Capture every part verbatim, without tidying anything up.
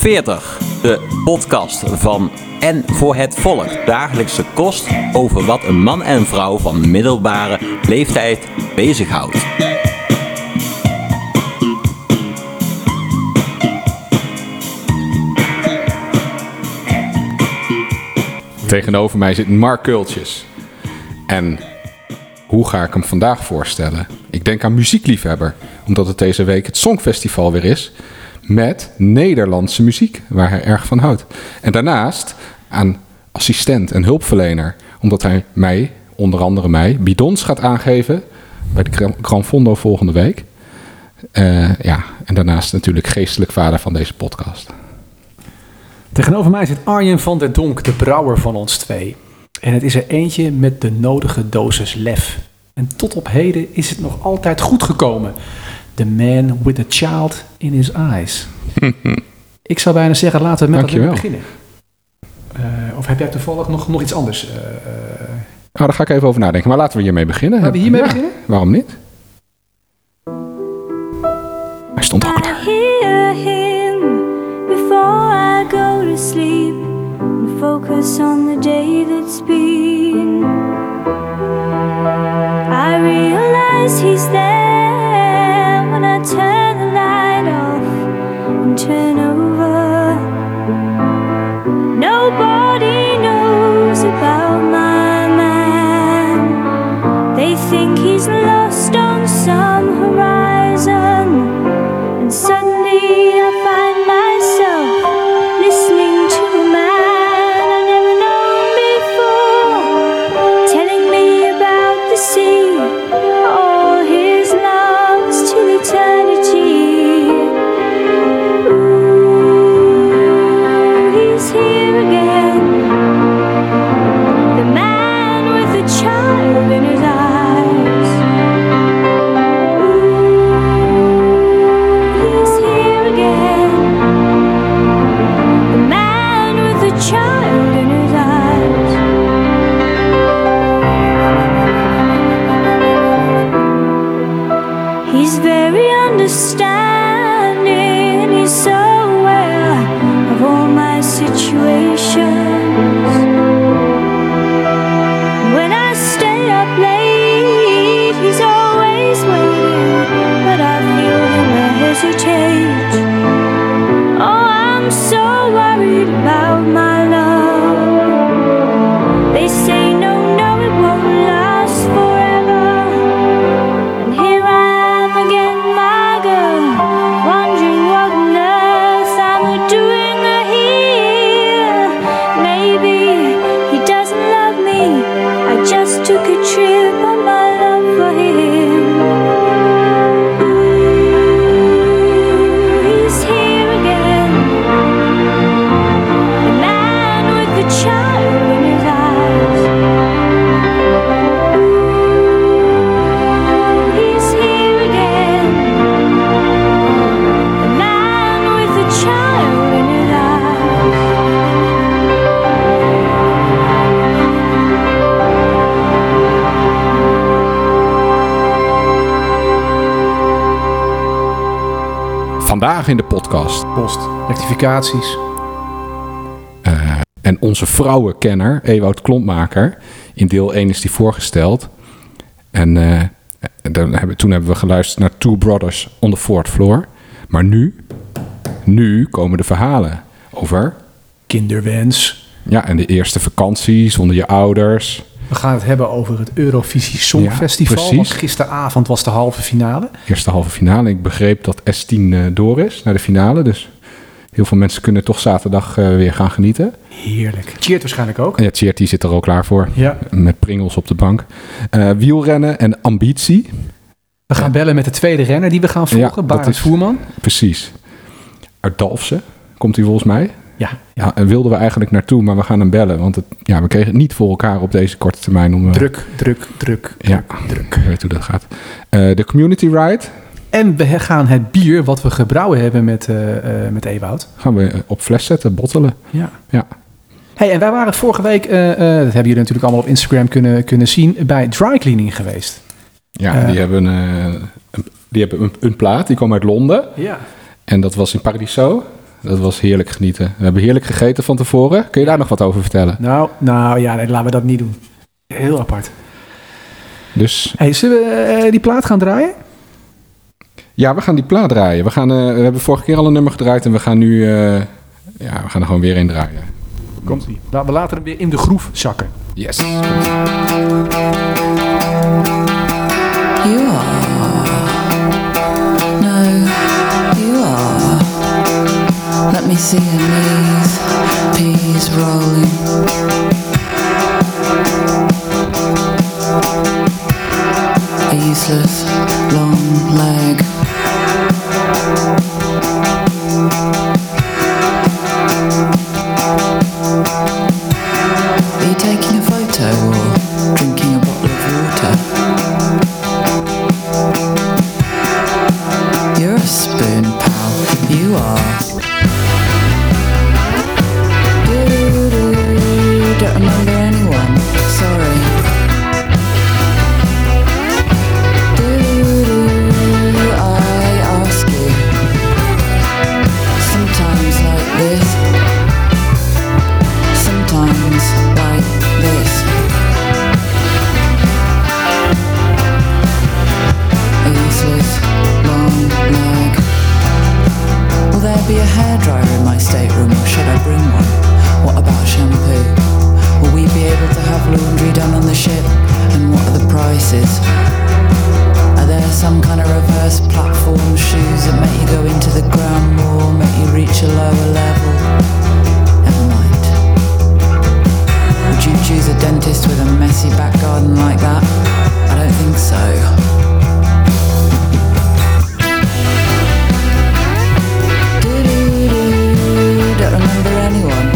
veertig, de podcast van En voor het Volk. Dagelijkse kost over wat een man en vrouw van middelbare leeftijd bezighoudt. Tegenover mij zit Mark Kultjes. En hoe ga ik hem vandaag voorstellen? Ik denk aan muziekliefhebber, omdat het deze week het Songfestival weer is met Nederlandse muziek, waar hij erg van houdt. En daarnaast aan assistent en hulpverlener, omdat hij mij, onder andere mij, bidons gaat aangeven bij de Gran Fondo volgende week. Uh, ja, en daarnaast natuurlijk geestelijk vader van deze podcast. Tegenover mij zit Arjen van der Donk, de brouwer van ons twee. En het is er eentje met de nodige dosis lef. En tot op heden is het nog altijd goed gekomen. The man with a child in his eyes. Ik zou bijna zeggen, laten we met Dankjewel. dat beginnen. Uh, of heb jij toevallig nog, nog iets anders? Uh, uh... Nou, daar ga ik even over nadenken. Maar laten we hiermee beginnen. Laten we hiermee ja, beginnen? Waarom niet? Hij stond al klaar. Go to sleep and focus on the day that's been. I realize he's there when I turn the light off and turn over. Nobody knows about my man. They think he's lost on some horizon, and suddenly I find myself listening to a man I've never known before, telling me about the sea, all his loves till eternity. Ooh, he's here again, the man with the child in his eyes. Ooh, he's here again, child in his eyes. He's very understanding. He's so aware of all my situations. When I stay up late, he's always waiting, but I feel him hesitate. Oh, I'm so worried about my love. They say no, no, it won't last forever. And here I am again, my girl, wondering what on earth I'm doing here. Maybe he doesn't love me, I just took a trip on my love for him. Vandaag in de podcast. Post, rectificaties. Uh, en onze vrouwenkenner, Ewout Klompmaker. In deel één is die voorgesteld. En uh, dan hebben, toen hebben we geluisterd naar Two Brothers on the Fourth Floor. Maar nu, nu komen de verhalen over kinderwens. Ja, en de eerste vakantie zonder je ouders. We gaan het hebben over het Eurovisie Songfestival. Ja, want gisteravond was de halve finale. Eerste halve finale. Ik begreep dat S tien uh, door is naar de finale. Dus heel veel mensen kunnen toch zaterdag uh, weer gaan genieten. Heerlijk. Tjeerd waarschijnlijk ook. Ja, Tjeerd die zit er ook klaar voor. Ja. Met Pringles op de bank. Uh, wielrennen en ambitie. We gaan ja. bellen met de tweede renner die we gaan volgen. Ja, Barend is, Voerman. Precies. Uit Dalfsen komt hij volgens mij. Ja, ja. ja, en wilden we eigenlijk naartoe, maar we gaan hem bellen. Want het, ja, we kregen het niet voor elkaar op deze korte termijn. Om, uh, druk, druk, druk, ja, druk. Ik weet hoe dat gaat. Uh, de Community Ride. En we gaan het bier wat we gebrouwen hebben met, uh, uh, met Ewout. Gaan we op fles zetten, bottelen. Ja. ja. Hey, en wij waren vorige week, uh, uh, dat hebben jullie natuurlijk allemaal op Instagram kunnen, kunnen zien, bij dry cleaning geweest. Ja, uh, die hebben, uh, een, die hebben een, een plaat, die kwam uit Londen. Ja. En dat was in Paradiso. dat was heerlijk genieten. We hebben heerlijk gegeten van tevoren. Kun je daar nog wat over vertellen? Nou, nou ja, nee, laten we dat niet doen. Heel apart. Dus Hey, zullen we uh, die plaat gaan draaien? ja, we gaan die plaat draaien. We, gaan, uh, we hebben vorige keer al een nummer gedraaid en we gaan nu uh, ja, we gaan er gewoon weer in draaien. Komt-ie. We laten hem weer in de groef zakken. Yes. You are. No, you are. Let me see your knees, peas rolling. A useless long leg. Are you taking a photo or drinking a bottle of water? You're a spoon, pal. You are. Do-do-do. Don't remember anyone. Sorry. Do-do-do. I ask you. Sometimes like this. Sometimes like this. A useless long leg. Will there be a hairdryer in my stateroom, or should I bring one? What about shampoo? Will we be able to have laundry done on the ship? And what are the prices? Are there some kind of reverse platform shoes that make you go into the ground more, make you reach a lower level? Never mind. Would you choose a dentist with a messy back garden like that? I don't think so. Do-do-do. Don't remember anyone.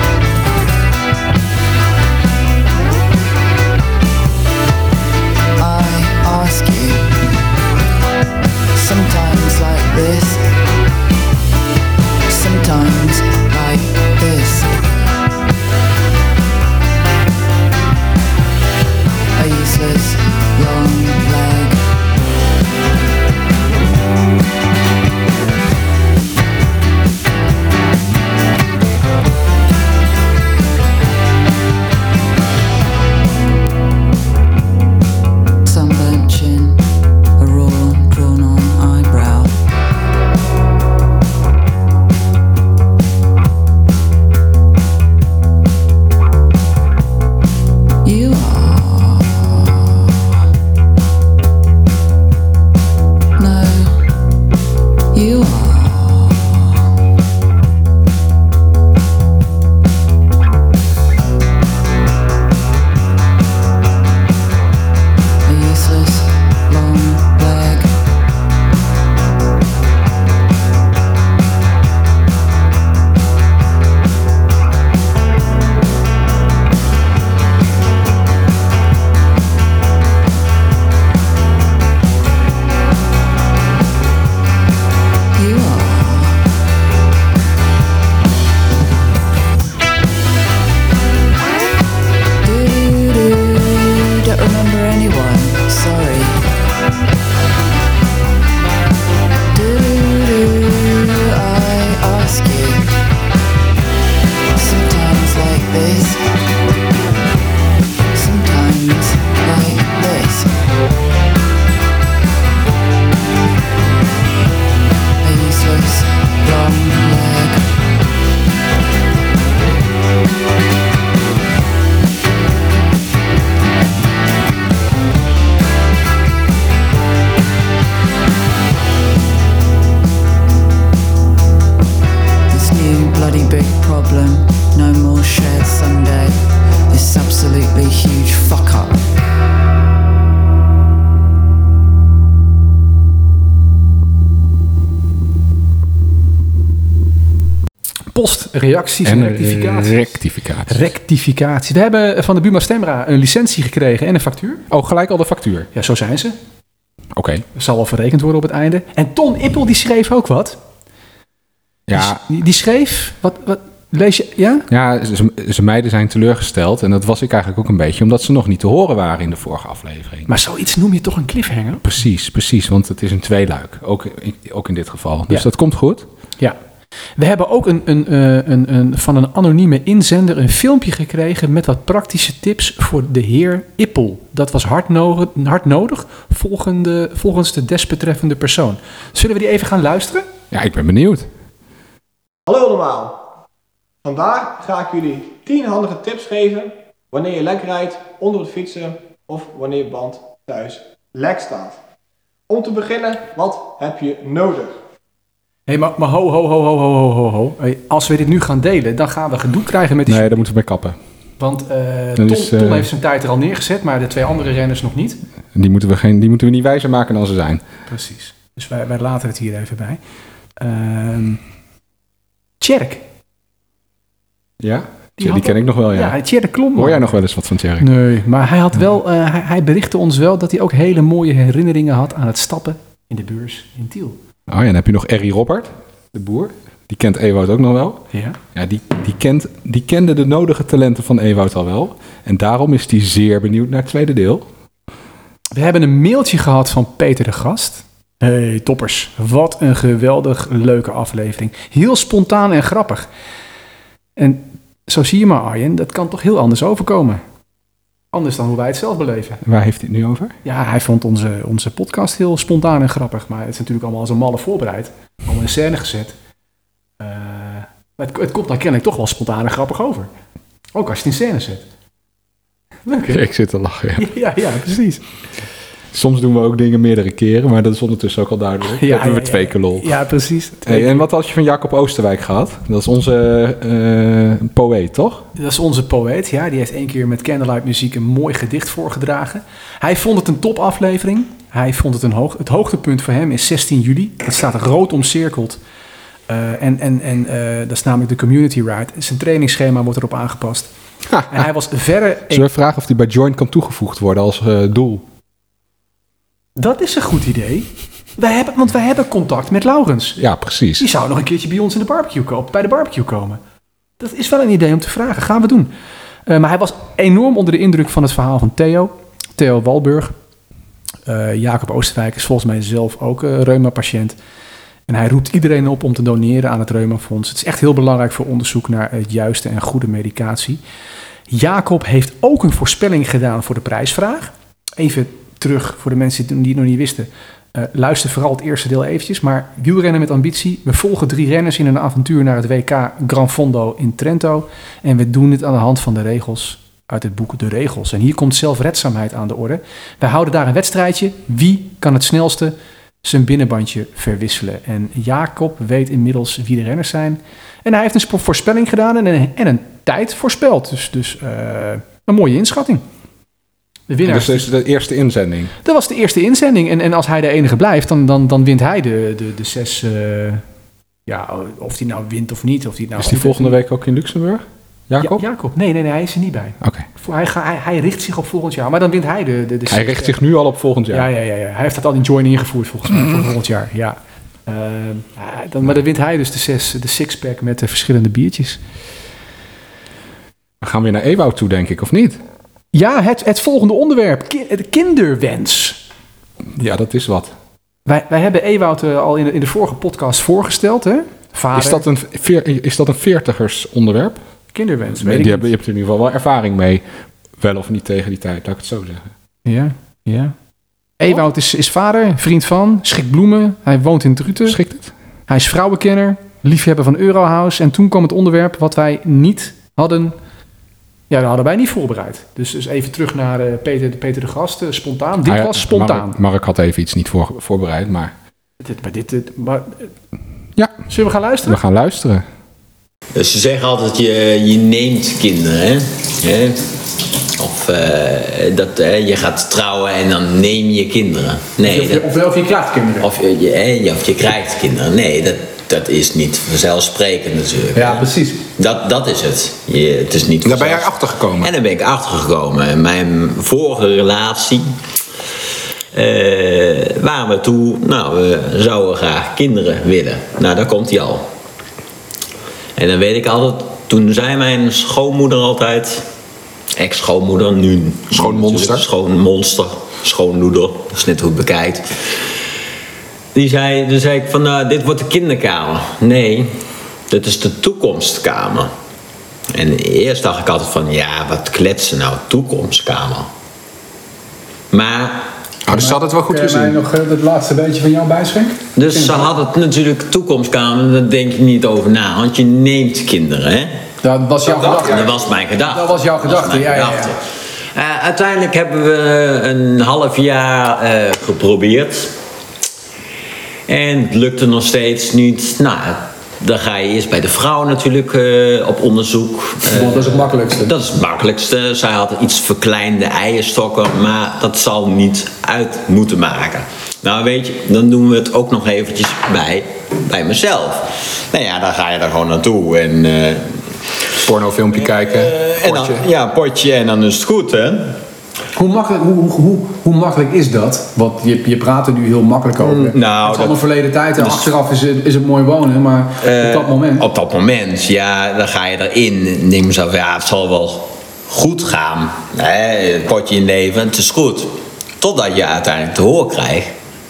I ask you. Sometimes like this. Sometimes like this. A useless long leg. Sunburnt chin, a raw, drawn-on eyebrow. You are. No, you are. A useless long leg. You are. Do-do-do. Don't remember anyone. Sorry. Do-do-do. I ask you. Sometimes like this. Sometimes like this. A useless long leg. This new bloody big problem. No more shared Sunday. This absolutely huge fuck up. Post, reacties en, En rectificaties. rectificatie. Rectificatie. We hebben van de Buma Stemra een licentie gekregen en een factuur. Oh, gelijk al de factuur. Ja, zo zijn ze. Oké. Er zal wel verrekend worden op het einde. En Ton Ippel, die schreef ook wat. Ja, Die, die schreef... Wat, wat lees je? Ja? ja ze, ze meiden zijn teleurgesteld. En dat was ik eigenlijk ook een beetje. Omdat ze nog niet te horen waren in de vorige aflevering. Maar zoiets noem je toch een cliffhanger? Precies, precies. Want het is een tweeluik. Ook, in- ook in dit geval. Dus Ja. dat komt goed. Ja. We hebben ook een, een, een, een, een, van een anonieme inzender een filmpje gekregen met wat praktische tips voor de heer Ippel. Dat was hard nodig, hard nodig volgende, volgens de desbetreffende persoon. Zullen we die even gaan luisteren? Ja, ik ben benieuwd. Hallo allemaal. Vandaag ga ik jullie tien handige tips geven wanneer je lek rijdt onder het fietsen of wanneer je band thuis lek staat. Om te beginnen, wat heb je nodig? Hé, hey, maar, maar ho, ho, ho, ho, ho, ho, ho. Hey, als we dit nu gaan delen, dan gaan we gedoe krijgen met die... Nee, daar moeten we mee kappen. Want uh, Dan Tom, is, uh, Tom heeft zijn tijd er al neergezet, maar de twee andere renners nog niet. Die moeten we, geen, die moeten we niet wijzer maken dan ze zijn. Precies. Dus wij, wij laten het hier even bij. Uh, Tjerk. Ja? Die, Die, die ken al, ik nog wel, ja. Ja, Tjerk Klomp. Hoor jij nog wel eens wat van Tjerk? Nee, maar hij had wel, uh, hij, hij berichtte ons wel dat hij ook hele mooie herinneringen had aan het stappen in de beurs in Tiel. Oh ja, dan heb je nog Errie Robert, de boer. Die kent Ewout ook nog wel. Ja. Ja, die, die, kent, die kende de nodige talenten van Ewout al wel. En daarom is hij zeer benieuwd naar het tweede deel. We hebben een mailtje gehad van Peter de Gast. Hey toppers, wat een geweldig leuke aflevering. Heel spontaan en grappig. En zo zie je maar Arjen, dat kan toch heel anders overkomen. Anders dan hoe wij het zelf beleven. Waar heeft hij het nu over? Ja, hij vond onze, onze podcast heel spontaan en grappig. Maar het is natuurlijk allemaal als een malle voorbereid. Allemaal in scène gezet. Uh, maar het, het komt dan kennelijk toch wel spontaan en grappig over. Ook als je het in scène zet. Leuk hè? Ik zit te lachen, ja. Ja, ja, precies. Soms doen we ook dingen meerdere keren, maar dat is ondertussen ook al duidelijk. Ja, hebben we ja, twee ja. keer lol. Ja, precies. Hey, en wat had je van Jacob Oosterwijk gehad? Dat is onze uh, poëet, toch? Dat is onze poëet, ja. Die heeft één keer met Candlelight Muziek een mooi gedicht voorgedragen. Hij vond het een topaflevering. Hij vond het een hoog... Het hoogtepunt voor hem is zestien juli. Dat staat rood omcirkeld. Uh, en en, en uh, dat is namelijk de Community Ride. Zijn trainingsschema wordt erop aangepast. Ha, en hij was verre... Zullen we vragen of die bij Joint kan toegevoegd worden als uh, doel? Dat is een goed idee. Wij hebben, want wij hebben contact met Laurens. Ja, precies. Die zou nog een keertje bij ons in de barbecue komen, bij de barbecue komen. Dat is wel een idee om te vragen. Gaan we doen. Uh, maar hij was enorm onder de indruk van het verhaal van Theo. Theo Walburg. Uh, Jacob Oosterwijk is volgens mij zelf ook uh, reuma-patiënt. En hij roept iedereen op om te doneren aan het Reumafonds. Het is echt heel belangrijk voor onderzoek naar het juiste en goede medicatie. Jacob heeft ook een voorspelling gedaan voor de prijsvraag. Even terug voor de mensen die het nog niet wisten. Uh, luister vooral het eerste deel eventjes. Maar wielrennen met ambitie. We volgen drie renners in een avontuur naar het W K Gran Fondo in Trento. En we doen dit aan de hand van de regels uit het boek De Regels. En hier komt zelfredzaamheid aan de orde. Wij houden daar een wedstrijdje. Wie kan het snelste zijn binnenbandje verwisselen? En Jacob weet inmiddels wie de renners zijn. En hij heeft een voorspelling gedaan en een, en een tijd voorspeld. Dus, dus uh, een mooie inschatting. De winnaar. Dus dat is de eerste inzending? Dat was de eerste inzending. En, en als hij de enige blijft, dan, dan, dan wint hij de, de, de zes... Uh, ja, of hij nou wint of niet. Of die nou is die volgende week ook in Luxemburg? Jacob? Ja, Jacob. Nee, nee, nee, hij is er niet bij. Oké. Okay. Hij, hij, hij richt zich op volgend jaar. Maar dan wint hij de... de, de hij richt zich nu al op volgend jaar? Ja, ja, ja, ja. Hij heeft dat al in Join ingevoerd volgens mij voor volgend jaar. Ja. Uh, dan, maar dan wint hij dus de, zes, de sixpack met de verschillende biertjes. We gaan weer naar Ewout toe, denk ik, of niet? Ja, het, het volgende onderwerp. Ki- de kinderwens. Ja, dat is wat. Wij, wij hebben Ewout uh, al in de, in de vorige podcast voorgesteld, hè? Vader. Is dat een, veer, is dat een veertigers onderwerp? Kinderwens. Nee, die hebben, je hebt er in ieder geval wel ervaring mee. Wel of niet tegen die tijd, laat ik het zo zeggen. Ja, ja. Ewout is, is vader, vriend van, schikt bloemen. Hij woont in Druten. Schikt het? Hij is vrouwenkenner, liefhebber van Eurohouse. En toen kwam het onderwerp wat wij niet hadden... Ja, dat hadden wij niet voorbereid. Dus, dus even terug naar uh, Peter, Peter de Gast. Uh, spontaan. Dit ah, ja, was spontaan. Mark, Mark had even iets niet voor, voorbereid, maar... Dit, maar dit, dit, maar, ja. Zullen we gaan luisteren? We gaan luisteren. Dus ze zeggen altijd, je, je neemt kinderen, hè? hè? Of uh, dat uh, je gaat trouwen en dan neem je kinderen. Nee, of, je, dat, of, of je krijgt kinderen. Of je, hè, of je krijgt kinderen. Nee, dat, dat is niet vanzelfsprekend natuurlijk. Ja, precies. Dat, dat is het. Je, het is niet Daar ben jij achter gekomen. En daar ben ik achter gekomen. Mijn vorige relatie... Uh, waren we toe, nou, we zouden graag kinderen willen. Nou, daar komt hij al. En dan weet ik altijd, toen zei mijn schoonmoeder altijd, ex-schoonmoeder, nu schoonmonster, schoonmonster, schoonmoeder, dat is net hoe het bekijkt. Die zei, toen zei ik van, nou, dit wordt de kinderkamer. Nee, dit is de toekomstkamer. En eerst dacht ik altijd van, ja, wat kletsen nou, toekomstkamer. Maar... Oh, dus ze had het wel goed Kun je mij gezien. nog uh, het laatste beetje van jou bijschenken? Dus ze had het natuurlijk toekomstkamer, daar denk je niet over na. Want je neemt kinderen, hè. Dat was jouw gedachte. Dat was mijn gedachte. Dat was jouw gedachte, mijn ja, ja, ja. gedachte. Uh, uiteindelijk hebben we een half jaar uh, geprobeerd. En het lukte nog steeds niet. Nou, dan ga je eerst bij de vrouw natuurlijk uh, op onderzoek. Uh, Want dat is het makkelijkste. Dat is het makkelijkste. Zij had iets verkleinde eierstokken, maar dat zal niet uit moeten maken. Nou weet je, dan doen we het ook nog eventjes bij, bij mezelf. Nou ja, dan ga je er gewoon naartoe en... Uh, Pornofilmpje kijken, uh, en dan, potje. ja, potje en dan is het goed, hè. Hoe makkelijk, hoe, hoe, hoe, hoe makkelijk is dat? Want je, je praat er nu heel makkelijk over. Nou, het is allemaal dat- verleden tijd en dus- achteraf is het, is het mooi wonen, maar Uh, op dat moment... Op dat moment, ja, dan ga je erin en denk mezelf, ja, het zal wel goed gaan. Hè, het potje in leven, het is goed. Totdat je uiteindelijk te horen krijgt,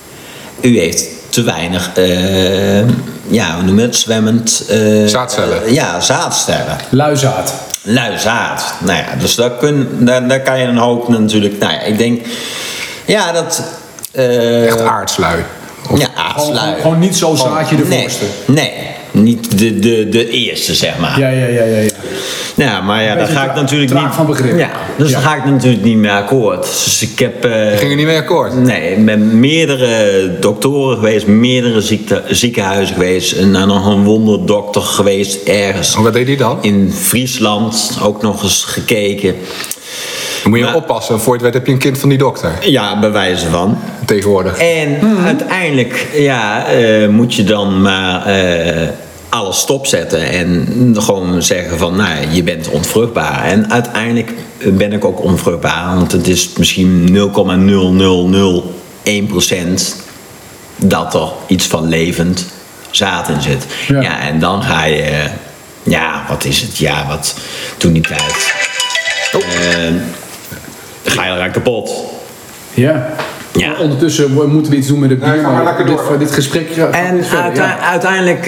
u heeft te weinig, uh, ja, hoe noem je het, zwemmend... Uh, Zaadcellen. uh, ja, zaadcellen. Luizaad. Luizaad. Nou ja, dus daar, kun, daar, daar kan je een hoop natuurlijk... Nou ja, ik denk, ja, dat... Uh, Echt aardslui. ja, Gewoon, aardslui. gewoon, gewoon niet zo'n zaadje de nee, voorste. nee, niet de, de, de eerste, zeg maar. Ja, ja, ja, ja. ja. Ja, maar ja, daar Beetje ga ik tra- natuurlijk traag niet... van begrip. Ja, dus Ja. daar ga ik natuurlijk niet mee akkoord. Dus ik heb... eh, Je ging er niet mee akkoord. Nee, ik ben meerdere doktoren geweest, meerdere ziekte, ziekenhuizen geweest. En dan nog een wonderdokter geweest ergens. En wat deed hij dan? In Friesland ook nog eens gekeken. Dan moet je Maar- oppassen. Voor je het weet heb je een kind van die dokter. Ja, bij wijze van. Tegenwoordig. En uiteindelijk ja, eh, moet je dan maar eh, alles stopzetten en gewoon zeggen van, nou, je bent onvruchtbaar. En uiteindelijk ben ik ook onvruchtbaar, want het is misschien nul komma nul nul nul één procent dat er iets van levend zaad in zit. Ja. Ja, en dan ga je, ja, wat is het? Ja, wat toen die tijd. Oh. Eh, ga je eraan kapot. Ja. Ja. Ondertussen mo- moeten we iets doen met het bier. ga maar lekker dit, door. dit gesprek gaat En niet verder, uite- ja. uiteindelijk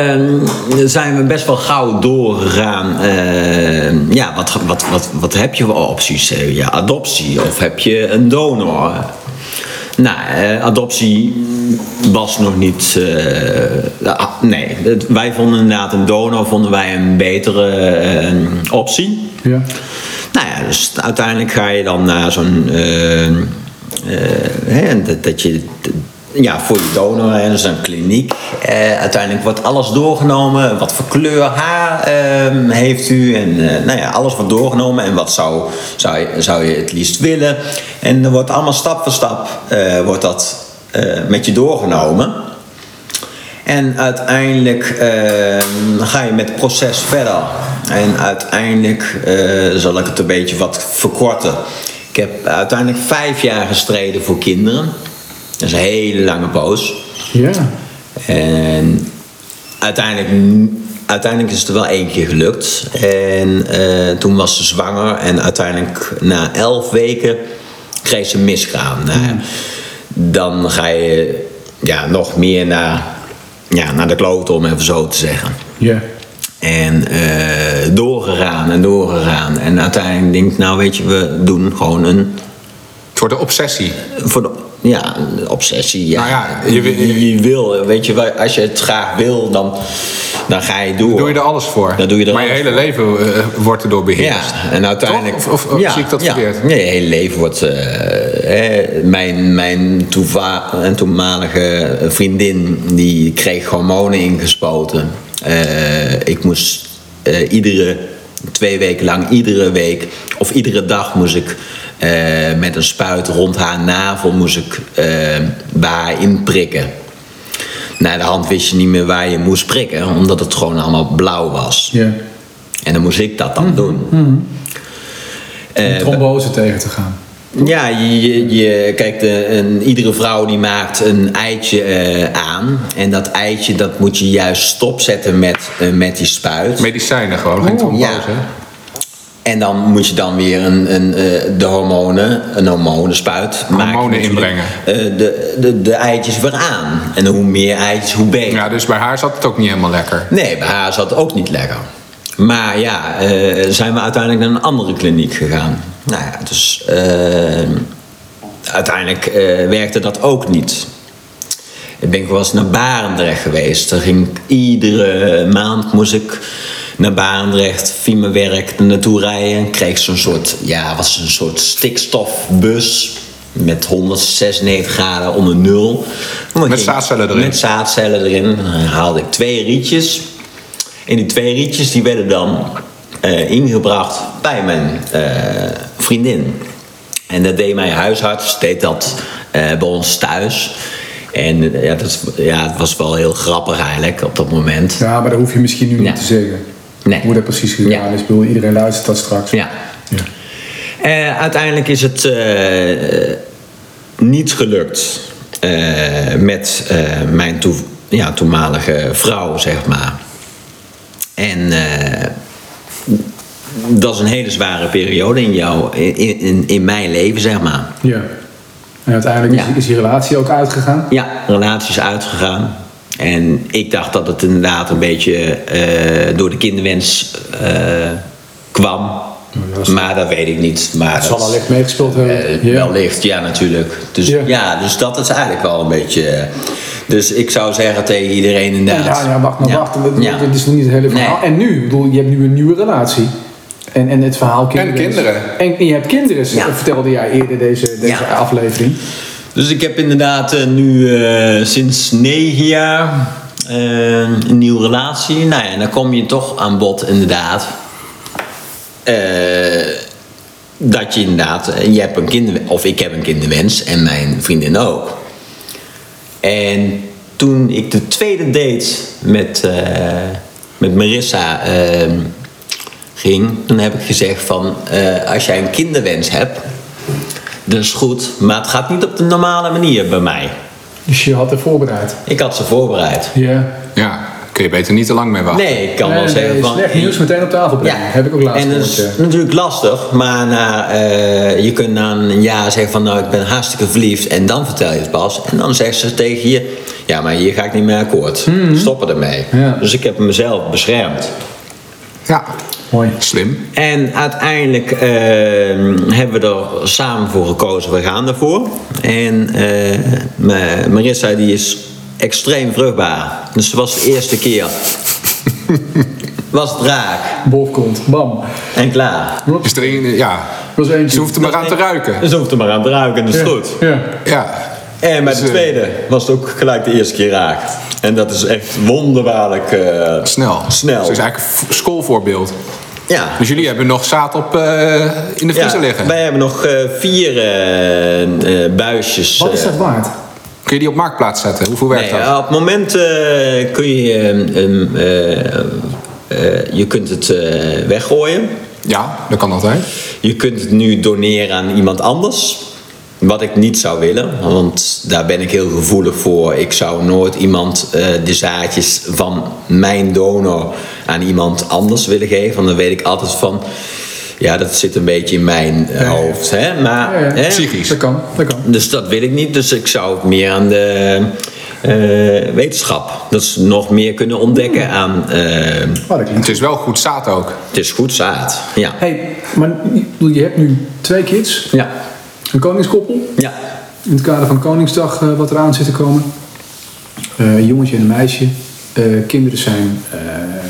eh, zijn we best wel gauw doorgegaan. Eh, ja, wat, wat, wat, wat heb je voor opties? Eh, Ja, adoptie of heb je een donor? Nou, eh, adoptie was nog niet... eh, ah, nee, het- wij vonden inderdaad een donor vonden wij een betere eh, optie. Ja. Nou ja, dus uiteindelijk ga je dan naar zo'n... eh, eh, hè, dat, dat je... Ja, voor je donor, hè, dat is een kliniek. Eh, uiteindelijk wordt alles doorgenomen. Wat voor kleur haar eh, heeft u? En eh, nou ja, alles wordt doorgenomen. En wat zou, zou, je, zou je het liefst willen? En er wordt allemaal stap voor stap eh, wordt dat eh, met je doorgenomen. En uiteindelijk eh, ga je met het proces verder. En uiteindelijk eh, zal ik het een beetje wat verkorten. Ik heb uiteindelijk vijf jaar gestreden voor kinderen. Dat is een hele lange poos. Ja. En uiteindelijk, uiteindelijk is het er wel één keer gelukt. En eh, toen was ze zwanger. En uiteindelijk na elf weken kreeg ze miskraam. Nou, dan ga je ja, nog meer naar, ja, naar de kloot, om even zo te zeggen. Ja. En eh, doorgegaan en doorgegaan. En uiteindelijk denk ik, nou weet je, we doen gewoon een... Het wordt een obsessie. Voor de, ja, een obsessie. Ja. Nou ja, je je, wil- je, je wil, weet je, wa- als je het graag wil, dan, dan ga je door. Doe je er alles voor. Dan doe je er maar je alles hele leven eh, wordt erdoor beheerst. Ja, en uiteindelijk... Toch? Of- of- of zie ik dat ja, verkeerd? Nee, je hele leven wordt... eh, hè, mijn mijn toeva- en toenmalige vriendin, die kreeg hormonen ingespoten. Eh, ik moest eh, iedere... Twee weken lang, iedere week... Of iedere dag moest ik... eh, met een spuit rond haar navel moest ik eh, bij haar inprikken. Na de hand wist je niet meer waar je moest prikken, omdat het gewoon allemaal blauw was. Ja. En dan moest ik dat dan doen. Om Eh, trombose tegen te gaan. ja, je, je, je- kijk, de, een, iedere vrouw die maakt een eitje eh, aan. En dat eitje dat moet je juist stopzetten met, eh, met die spuit. Medicijnen gewoon, geen Oh, trombose. ja. En dan moet je dan weer een, een, uh, de hormonen, een hormonenspuit Hormonen inbrengen. Uh, de, de, de eitjes weer aan. En hoe meer eitjes, hoe beter. Ja, dus bij haar zat het ook niet helemaal lekker. Nee, bij haar zat het ook niet lekker. Maar ja, uh, zijn we uiteindelijk naar een andere kliniek gegaan. Nou ja, dus uh, uiteindelijk uh, werkte dat ook niet. Ik ben wel eens naar Barendrecht geweest. Daar ging ik, iedere maand moest ik naar Barendrecht via mijn werk er naartoe rijden. Kreeg zo'n soort, ja, was een soort stikstofbus met honderdzesennegentig graden onder nul. Met zaadcellen erin. Met zaadcellen erin. Dan haalde ik twee rietjes. En die twee rietjes die werden dan uh, ingebracht bij mijn uh, vriendin. En dat deed mijn huisarts, deed dat uh, bij ons thuis. En uh, ja, dat, ja, het was wel heel grappig eigenlijk op dat moment. Ja, maar dat hoef je misschien nu Ja. niet te zeggen. Nee. Hoe dat precies gegaan Ja. is. Ik bedoel, iedereen luistert dat straks. Ja. Ja. Uh, uiteindelijk is het uh, niet gelukt uh, met uh, mijn toe, ja, toenmalige vrouw, zeg maar. En uh, dat is een hele zware periode in, jou, in, in, in mijn leven, zeg maar. Ja. En uiteindelijk is, Ja. is die relatie ook uitgegaan. Ja, relatie is uitgegaan. En ik dacht dat het inderdaad een beetje uh, door de kinderwens uh, kwam. dat is- Maar dat weet ik niet. Maar Het zal dat- allicht meegespeeld hebben. Uh, Ja. Wellicht, ja, natuurlijk. Dus Ja. ja. dus dat is eigenlijk wel een beetje. Dus ik zou zeggen tegen iedereen inderdaad. Ja, ja, wacht, maar Ja. wacht. Dit Ja. dit is nog niet het hele verhaal. Nee. En nu, ik bedoel, je hebt nu een nieuwe relatie. En, en het verhaal kinderen. kinderen. En, en je hebt kinderen, Ja. vertelde jij eerder deze, deze Ja. aflevering. Dus ik heb inderdaad uh, nu uh, sinds negen jaar uh, een nieuwe relatie. Nou ja, en dan kom je toch aan bod inderdaad. Uh, dat je inderdaad, uh, je hebt een kinderwens, of ik heb een kinderwens en mijn vriendin ook. En toen ik de tweede date met, uh, met Marissa uh, ging, toen heb ik gezegd van, uh, als jij een kinderwens hebt, dat is goed, maar het gaat niet op de normale manier bij mij. Dus je had er voorbereid. Ik had ze voorbereid. Ja. Ja, kun je beter niet te lang mee wachten. Nee, ik kan Nee, wel nee, zeggen van... slecht nieuws meteen op tafel brengen. Heb ik ook laatst En dat is gehoord, ja. natuurlijk lastig, maar na, uh, je kunt na een jaar zeggen van, nou, ik ben hartstikke verliefd, en dan vertel je het pas. En dan zegt ze tegen je, ja, maar hier ga ik niet mee akkoord. Stoppen ermee. Ja. Dus ik heb mezelf beschermd. Ja, Mooi. slim. En uiteindelijk uh, hebben we er samen voor gekozen, we gaan ervoor. En uh, Marissa die is extreem vruchtbaar. Dus het was de eerste keer. Was het raak. Bofkont. Bam. En klaar. Is er een, ja, Dat was eentje. ze hoeft er maar aan te ruiken. Dus hoeft er maar aan te ruiken, dat is Ja. goed. Ja. Ja. En bij Dus, de uh, tweede was het ook gelijk de eerste keer raak. En dat is echt wonderbaarlijk uh, Snel. snel. Ze is eigenlijk een v- schoolvoorbeeld. Ja. Dus jullie hebben nog zaad op, uh, in de vriezer Ja, liggen. wij hebben nog uh, vier uh, uh, buisjes. Wat is uh, dat waard? Kun je die op marktplaats zetten? Hoeveel werkt Nee, dat? op het moment uh, kun je, uh, um, uh, uh, je kunt het uh, weggooien. Ja, dat kan altijd. Je kunt het nu doneren aan iemand anders. Wat ik niet zou willen, want daar ben ik heel gevoelig voor. Ik zou nooit iemand uh, de zaadjes van mijn donor aan iemand anders willen geven. Want dan weet ik altijd van, ja, dat zit een beetje in mijn uh, hoofd. Hè? Maar, Ja, ja. Hè? Psychisch. Dat kan. Dat kan. Dus dat wil ik niet. Dus ik zou het meer aan de uh, wetenschap. Dat ze nog meer kunnen ontdekken aan... Uh, Oh, dat klinkt. Het is wel goed zaad ook. het is goed zaad. Ja. Hey, maar ik bedoel, je hebt nu twee kids. Ja. Een koningskoppel. Ja. In het kader van Koningsdag uh, wat eraan zit te komen. Uh, een jongetje en een meisje. Uh, kinderen zijn uh,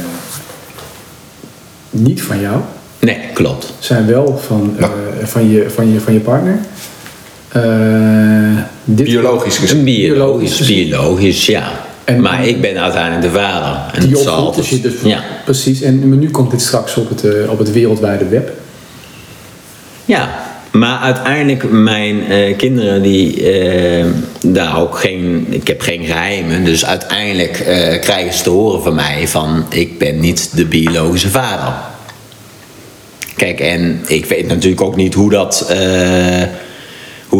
niet van jou. Nee, klopt. Zijn wel van, uh, van, je, van, je, van je partner. Uh, dit Biologisch gezien. Biologisch, gezien. biologisch, ja. En- maar ik ben uiteindelijk de vader. En Die het zal opvoedt. Dus je, dus, ja. Precies. En maar nu komt dit straks op het, uh, op het wereldwijde web. ja, maar uiteindelijk mijn uh, kinderen die uh, daar ook geen, ik heb geen geheimen, dus uiteindelijk uh, krijgen ze te horen van mij van ik ben niet de biologische vader. Kijk, en ik weet natuurlijk ook niet hoe dat, uh, hoe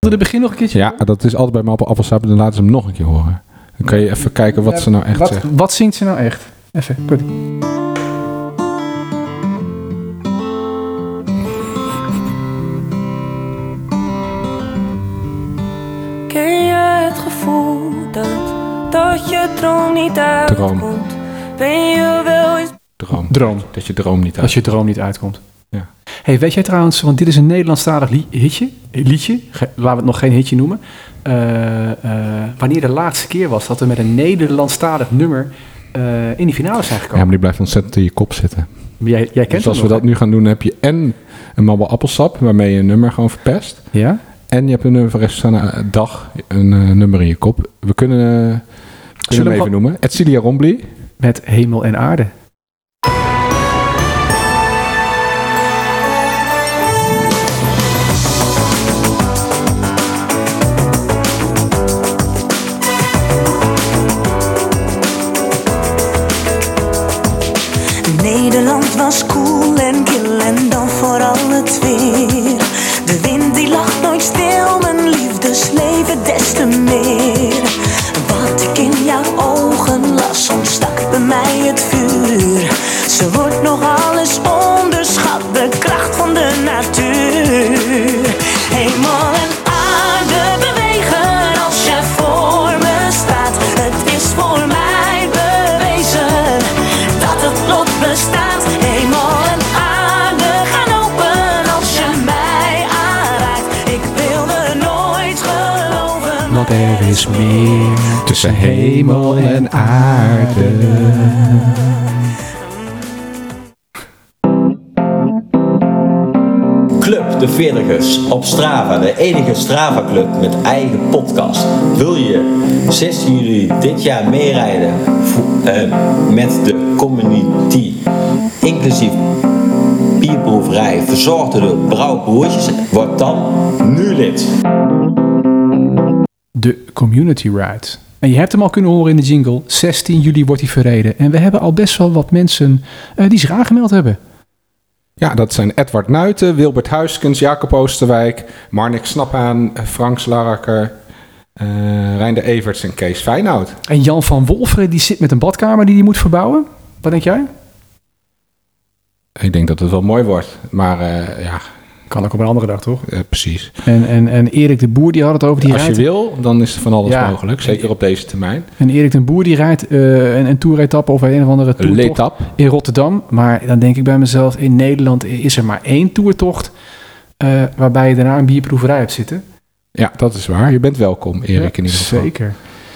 het begin nog een keertje? Ja, dat is altijd bij Mappel Appelsap. Dan laten ze hem nog een keer horen. Dan kan je even kijken wat Ja, ze nou echt wat, zeggen. wat zingt ze nou echt? Even, kort. Ken je het gevoel dat, dat je droom niet uitkomt? Droom. Ben je wel eens... Droom. Droom. Dat je droom niet uit. Als je droom niet uitkomt. Ja. Hey, weet jij trouwens, want dit is een Nederlandstalig li- hitje, liedje, ge- laten we het nog geen hitje noemen. Uh, uh, wanneer de laatste keer was dat we met een Nederlandstalig nummer uh, in die finale zijn Ja, gekomen. maar die blijft ontzettend in je kop zitten. Jij, jij kent Dus hem als we nog, dat hè? nu gaan doen, heb je en een Mabbel Appelsap, waarmee je een nummer gewoon verpest. Ja? En je hebt een nummer voor de rest van de dag, een uh, nummer in je kop. We kunnen, uh, we kunnen hem we even wat- noemen. Edcilia Rombly. Met Hemel en Aarde. Nederland was koel en kil en dan vooral het weer. De wind die lag nooit stil, mijn liefdesleven des te meer. Wat ik in jouw ogen las, ontstak bij mij het vuur. Ze wordt nog alles onderschat, de kracht van de natuur. Hemel en aarde bewegen als je voor me staat. Het is voor mij bewezen dat het lot bestaat. Hemel en aarde gaan open als je mij aanraakt. Ik wilde nooit geloven. Want er is meer Tussen hemel en aarde. Club de Veertigers op Strava, de enige Strava-club met eigen podcast. Wil je zestien juli dit jaar meerijden vo- eh, met de community, inclusief bierproeverij, verzorgd door brouwbroertjes? Word dan nu lid. de Community Ride. En je hebt hem al kunnen horen in de jingle. zestien juli wordt hij verreden. En we hebben al best wel wat mensen uh, die zich aangemeld hebben. Ja, dat zijn Edward Nuiten, Wilbert Huiskens, Jacob Oosterwijk, Marnik Snaphaan, Frank Slarakker, uh, Reinder Everts en Kees Feyenoord. En Jan van Wolferen die zit met een badkamer die hij moet verbouwen. Wat denk jij? Ik denk dat het wel mooi wordt, maar uh, ja, Kan ook op een andere dag, toch? uh, precies. En, en, en Erik de Boer die had het over die Als je rijdt. wil, dan is er van alles Ja. mogelijk, zeker op deze termijn. En Erik de Boer die rijdt uh, een, een toeretappe of een of andere Een toertocht leetap. in Rotterdam. Maar dan denk ik bij mezelf, in Nederland is er maar één toertocht uh, waarbij je daarna een bierproeverij hebt zitten. Ja, dat is waar. Je bent welkom, Erik, in ieder geval. Zeker.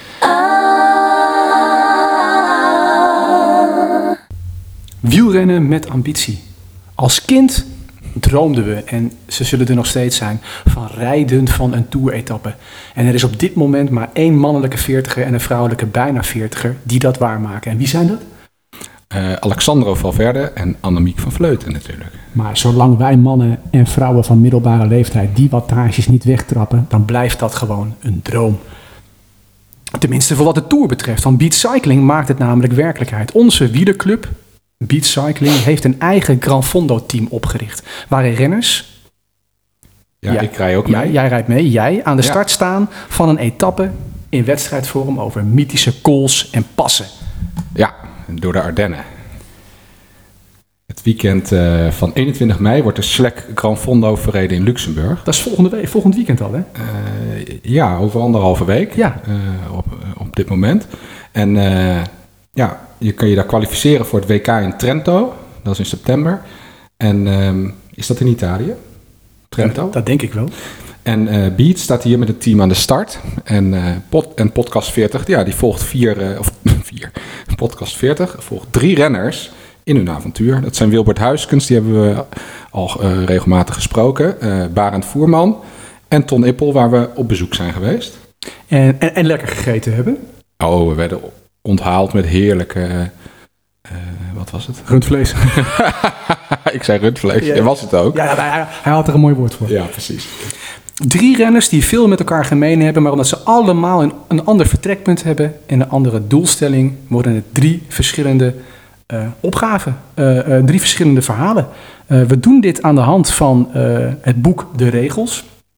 Wielrennen met ambitie. Als kind droomden we, en ze zullen er nog steeds zijn, van rijden van een toeretappe. En er is op dit moment maar één mannelijke veertiger en een vrouwelijke bijna veertiger die dat waarmaken. En wie zijn dat? Uh, Alexandro Valverde en Annemiek van Vleuten natuurlijk. Maar zolang wij mannen en vrouwen van middelbare leeftijd die wattages niet wegtrappen, dan blijft dat gewoon een droom. Tenminste voor wat de Tour betreft, want Beat Cycling maakt het namelijk werkelijkheid. Onze wielerclub, Beat Cycling, heeft een eigen Gran Fondo team opgericht. Waarin renners, Ja, Ja. ik rij ook mee. jij, jij rijdt mee, jij, aan de Ja. start staan van een etappe in wedstrijdvorm over mythische kools en passen. Ja, door de Ardennen. Het weekend uh, van eenentwintig mei wordt de Slek Gran Fondo verreden in Luxemburg. Dat is volgende week, volgend weekend al, hè? Uh, ja, over anderhalve week Ja. uh, op, uh, op dit moment. En uh, ja, je kan je daar kwalificeren voor het W K in Trento. Dat is in september. En um, is dat in Italië? Trento? Dat denk ik wel. En uh, Beat staat hier met het team aan de start. En, uh, pod, en podcast veertig, ja, die volgt vier, uh, of vier, podcast veertig volgt drie renners in hun avontuur. Dat zijn Wilbert Huiskens, die hebben we al uh, regelmatig gesproken. Uh, Barend Voerman en Ton Ippel, waar we op bezoek zijn geweest. En, en, en lekker gegeten hebben. Oh, we werden onthaald met heerlijke, uh, uh, wat was het? Rundvlees. Ik zei rundvlees, Ja. en was het ook. Ja, hij, hij had er een mooi woord voor. Ja, precies. Drie renners die veel met elkaar gemeen hebben, maar omdat ze allemaal een, een ander vertrekpunt hebben en een andere doelstelling, worden het drie verschillende uh, opgaven, uh, uh, drie verschillende verhalen. Uh, we doen dit aan de hand van uh, het boek De Regels.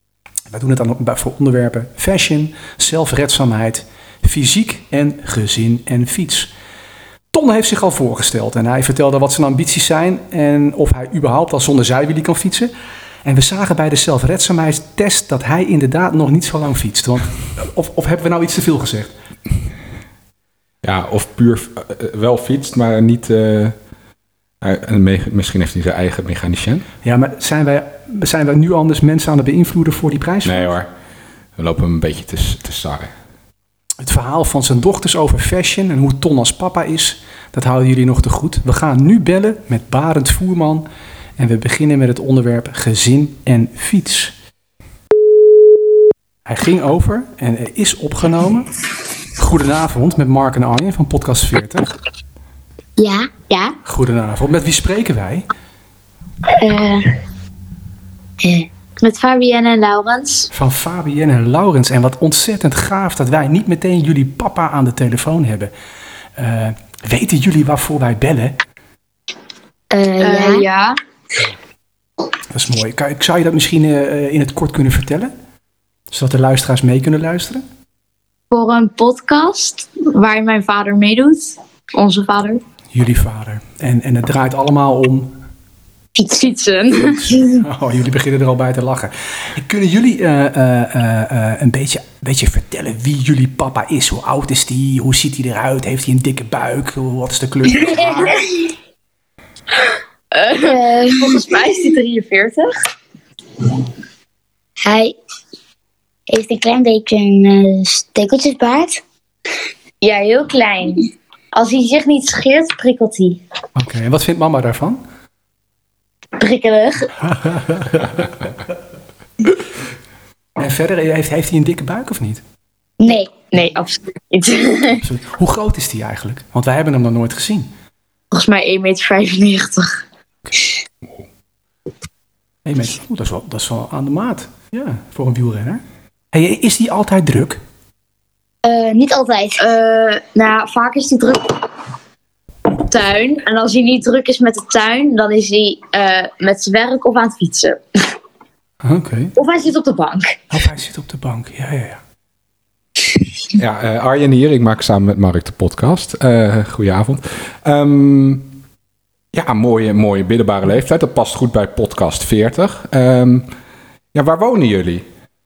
Wij doen het dan bij- voor onderwerpen fashion, zelfredzaamheid, fysiek en gezin en fiets. Ton heeft zich al voorgesteld en hij vertelde wat zijn ambities zijn en of hij überhaupt al zonder zijwielie kan fietsen. En we zagen bij de zelfredzaamheidstest dat hij inderdaad nog niet zo lang fietst. Want, of, of hebben we nou iets te veel gezegd? Ja, of puur uh, wel fietst, maar niet... Uh, uh, me- misschien heeft hij zijn eigen mechanicien. Ja, maar zijn wij, zijn wij nu anders mensen aan het beïnvloeden voor die prijs? Nee hoor, we lopen hem een beetje te, te sarren. Het verhaal van zijn dochters over fashion en hoe Ton als papa is, dat houden jullie nog te goed. We gaan nu bellen met Barend Voerman en we beginnen met het onderwerp gezin en fiets. Hij ging over en er is opgenomen. Goedenavond met Mark en Arjen van podcast veertig. Ja, ja. Goedenavond. Met wie spreken wij? eh eh, met Fabienne en Laurens. Van Fabienne en Laurens. En wat ontzettend gaaf dat wij niet meteen jullie papa aan de telefoon hebben. Eh, weten jullie waarvoor wij bellen? Eh, ja. ja. Dat is mooi. Kan, zou je dat misschien eh, in het kort kunnen vertellen? Zodat de luisteraars mee kunnen luisteren? Voor een podcast waar mijn vader meedoet. Onze vader. Jullie vader. En, en het draait allemaal om... Fietsen. Oh, jullie beginnen er al bij te lachen. Kunnen jullie eh, eh, eh, eh, een beetje, beetje vertellen wie jullie papa is? Hoe oud is die? Hoe ziet hij eruit? Heeft hij een dikke buik? Wat is de kleur van zijn haar? Uh, volgens mij is hij drieënveertig. Hij heeft een klein beetje een uh, stekeltjesbaard. Ja, heel klein. Als hij zich niet scheert, prikkelt hij. Oké, en wat vindt mama daarvan? Prikkelig. En verder, heeft, heeft hij een dikke buik of niet? Nee. Nee, absoluut niet. Absoluut. Hoe groot is die eigenlijk? Want wij hebben hem nog nooit gezien. Volgens mij één meter vijfennegentig. Hey, meter. Oeh, dat, is wel, dat is wel aan de maat. Ja, voor een wielrenner. Hey, is die altijd druk? Uh, niet altijd. Uh, nou, vaak is hij druk op de tuin. En als hij niet druk is met de tuin, dan is hij uh, met zijn werk of aan het fietsen. Oké. Okay. Of hij zit op de bank. Of hij zit op de bank, ja, ja, ja. Ja, uh, Arjen hier. Ik maak samen met Mark de podcast. Uh, goedenavond. Um, ja, mooie, mooie middelbare leeftijd. Dat past goed bij podcast veertig. Um, ja, waar wonen jullie?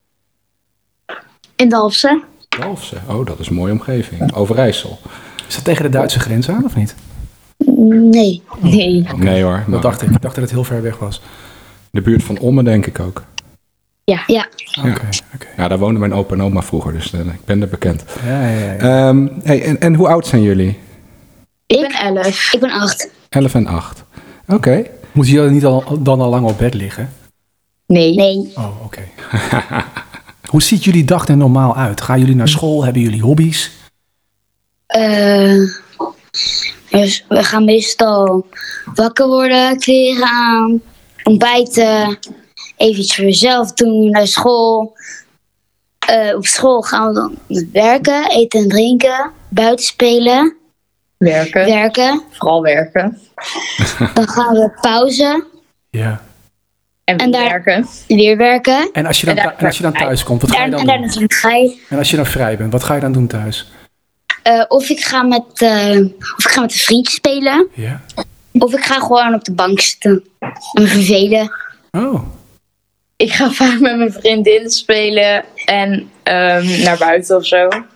In Dalfsen. Dalfsen, oh, dat is een mooie omgeving. Overijssel. Is dat tegen de Duitse grens aan, of niet? Nee. Nee. Okay. Nee hoor. Dat dacht ik. Ik dacht dat het heel ver weg was. De buurt van Ommen, denk ik ook. Ja. Ja. Oké. Okay, okay. Ja, daar woonde mijn opa en oma vroeger, dus uh, ik ben er bekend. Ja, ja, ja. Um, hey, en, en hoe oud zijn jullie? Ik ben elf. Ik ben acht. Elf en acht. Oké. Okay. Moet je niet al, dan al lang op bed liggen? Nee. Nee. Oh, oké. Okay. Hoe ziet jullie dag er normaal uit? Gaan jullie naar school? Hebben jullie hobby's? Uh, dus we gaan meestal wakker worden, kleren aan, ontbijten, even iets voor jezelf doen, naar school. Uh, op school gaan we dan werken, eten en drinken, buiten spelen. Werken. Werken. Vooral werken. Dan gaan we pauze. Ja. En, en daar werken. Weer werken. En als je dan, en daar, en als je dan thuis komt, wat ga je dan en, doen? En, dan vrij. En als je dan vrij bent, wat ga je dan doen thuis? Uh, of, ik ga met, uh, of ik ga met een vriend spelen. Ja. Of ik ga gewoon op de bank zitten. En me vervelen. Oh. Ik ga vaak met mijn vriendin spelen. En um, naar buiten of zo. Oké,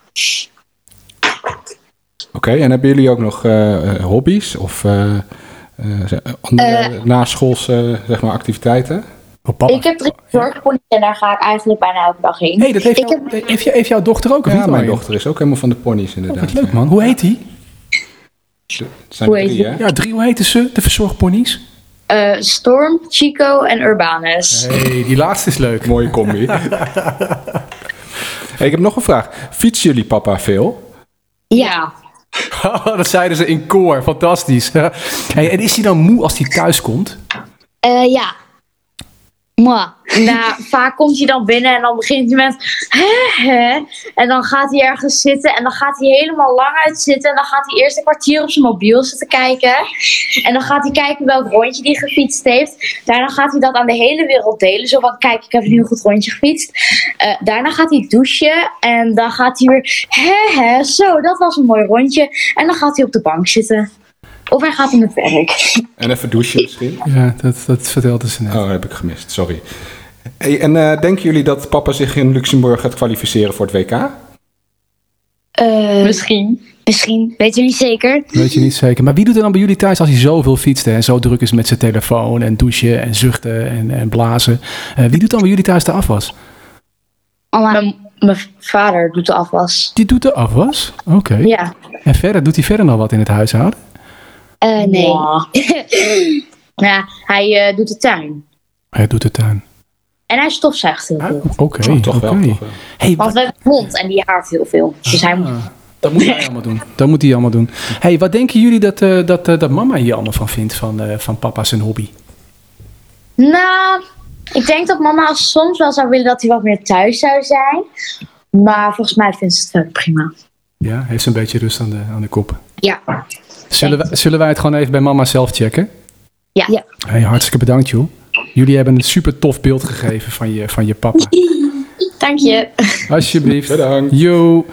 okay, en hebben jullie ook nog uh, hobby's? Of... Uh, Uh, andere uh, naschoolse zeg maar, activiteiten? Ik heb drie zorgponies en daar ga ik eigenlijk bijna elke dag heen. Hey, dat heeft, jou, heb... heeft, heeft jouw dochter ook? Of ja, niet mijn dochter is ook helemaal van de ponies inderdaad. Oh, wat leuk man. Hoe heet die? Het zijn hoe er drie, hè? Ja, drie. Hoe heten ze, de verzorgponies? Uh, Storm, Chico en Urbanus. Hey, die laatste is leuk. Mooie combi. Hey, ik heb nog een vraag. Fietsen jullie papa veel? Ja. Oh, dat zeiden ze in koor. Fantastisch. Hey, en is hij dan moe als hij thuis komt? Uh, ja. Mwah. Nou, vaak komt hij dan binnen en dan begint hij met hè, hè. En dan gaat hij ergens zitten en dan gaat hij helemaal lang uit zitten. En dan gaat hij eerst een kwartier op zijn mobiel zitten kijken. En dan gaat hij kijken welk rondje hij gefietst heeft. Daarna gaat hij dat aan de hele wereld delen. Zo van, kijk, ik heb een heel goed rondje gefietst. Uh, daarna gaat hij douchen en dan gaat hij weer hè, hè, zo, dat was een mooi rondje. En dan gaat hij op de bank zitten. Of hij gaat in het werk. En even douchen misschien? Ja, dat, dat vertelde ze net. Oh, dat heb ik gemist. Sorry. Hey, en uh, denken jullie dat papa zich in Luxemburg gaat kwalificeren voor het W K? Uh, Misschien. Misschien, weet je niet zeker. Weet je niet zeker. Maar wie doet er dan bij jullie thuis als hij zoveel fietst en zo druk is met zijn telefoon en douchen en zuchten en, en blazen? Uh, wie doet dan bij jullie thuis de afwas? Mijn, mijn vader doet de afwas. Die doet de afwas? Oké. Okay. Ja. En verder, doet hij verder nog wat in het huishouden? Uh, nee. Wow. Ja, hij uh, doet de tuin. Hij doet de tuin. En hij stofzuigt heel veel. Ah, Oké, okay, oh, toch okay. wel. Toch wel. Hey, Want we hebben een hond en die haart heel veel. Dus hij moet... Ah, dat moet hij allemaal doen. Dat moet hij allemaal doen. Hey, wat denken jullie dat, uh, dat, uh, dat mama hier allemaal van vindt, van, uh, van papa zijn hobby? Nou, ik denk dat mama soms wel zou willen dat hij wat meer thuis zou zijn. Maar volgens mij vindt ze het wel prima. Ja, heeft ze een beetje rust aan de, aan de kop. Ja. Zullen, we, zullen wij het gewoon even bij mama zelf checken? Ja. ja. Hey, hartstikke bedankt, joh. Jullie hebben een super tof beeld gegeven van je, van je papa. Dank je. Alsjeblieft. Bedankt. Yo.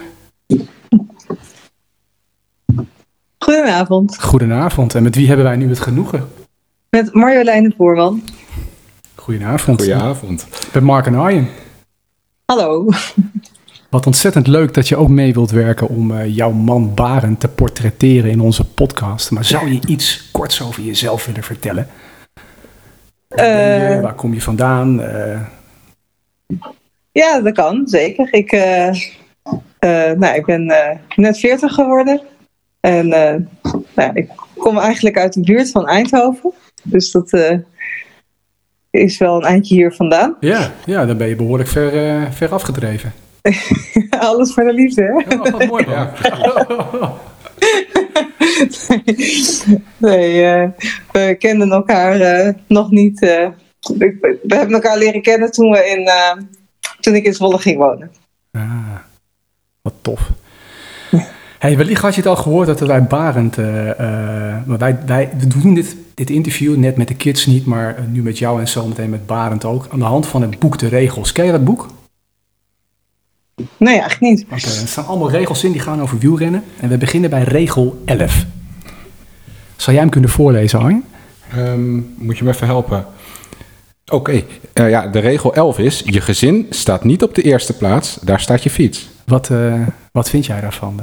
Goedenavond. Goedenavond. En met wie hebben wij nu het genoegen? Met Marjoleine Voerman. Goedenavond. Goedenavond. Met Mark en Arjen. Hallo. Wat ontzettend leuk dat je ook mee wilt werken om uh, jouw man Barend te portretteren in onze podcast. Maar zou je iets korts over jezelf willen vertellen? Wie ben je? Waar kom je vandaan? Uh... Ja, dat kan, zeker. Ik, uh, uh, nou, ik ben uh, net veertig geworden. En uh, nou, ik kom eigenlijk uit de buurt van Eindhoven. Dus dat uh, is wel een eindje hier vandaan. Ja, ja, dan ben je behoorlijk ver, uh, ver afgedreven. Alles voor de liefde, hè? Ja, wat mooi, ja. Nee, uh, we kenden elkaar uh, nog niet. Uh, we, we hebben elkaar leren kennen toen, we in, uh, toen ik in Zwolle ging wonen. Ah, wat tof. Hey, wellicht had je het al gehoord dat wij Barend... Uh, uh, wij, wij we doen dit, dit interview net met de kids niet, maar uh, nu met jou en zo meteen met Barend ook. Aan de hand van het boek De Regels. Ken je dat boek? Nee, eigenlijk niet. Oké, okay, er staan allemaal regels in die gaan over wielrennen. En we beginnen bij regel elf. Zou jij hem kunnen voorlezen, Arjen? Um, moet je me even helpen? Oké, okay. uh, ja, de regel elf is... je gezin staat niet op de eerste plaats, daar staat je fiets. Wat, uh, wat vind jij daarvan? Uh?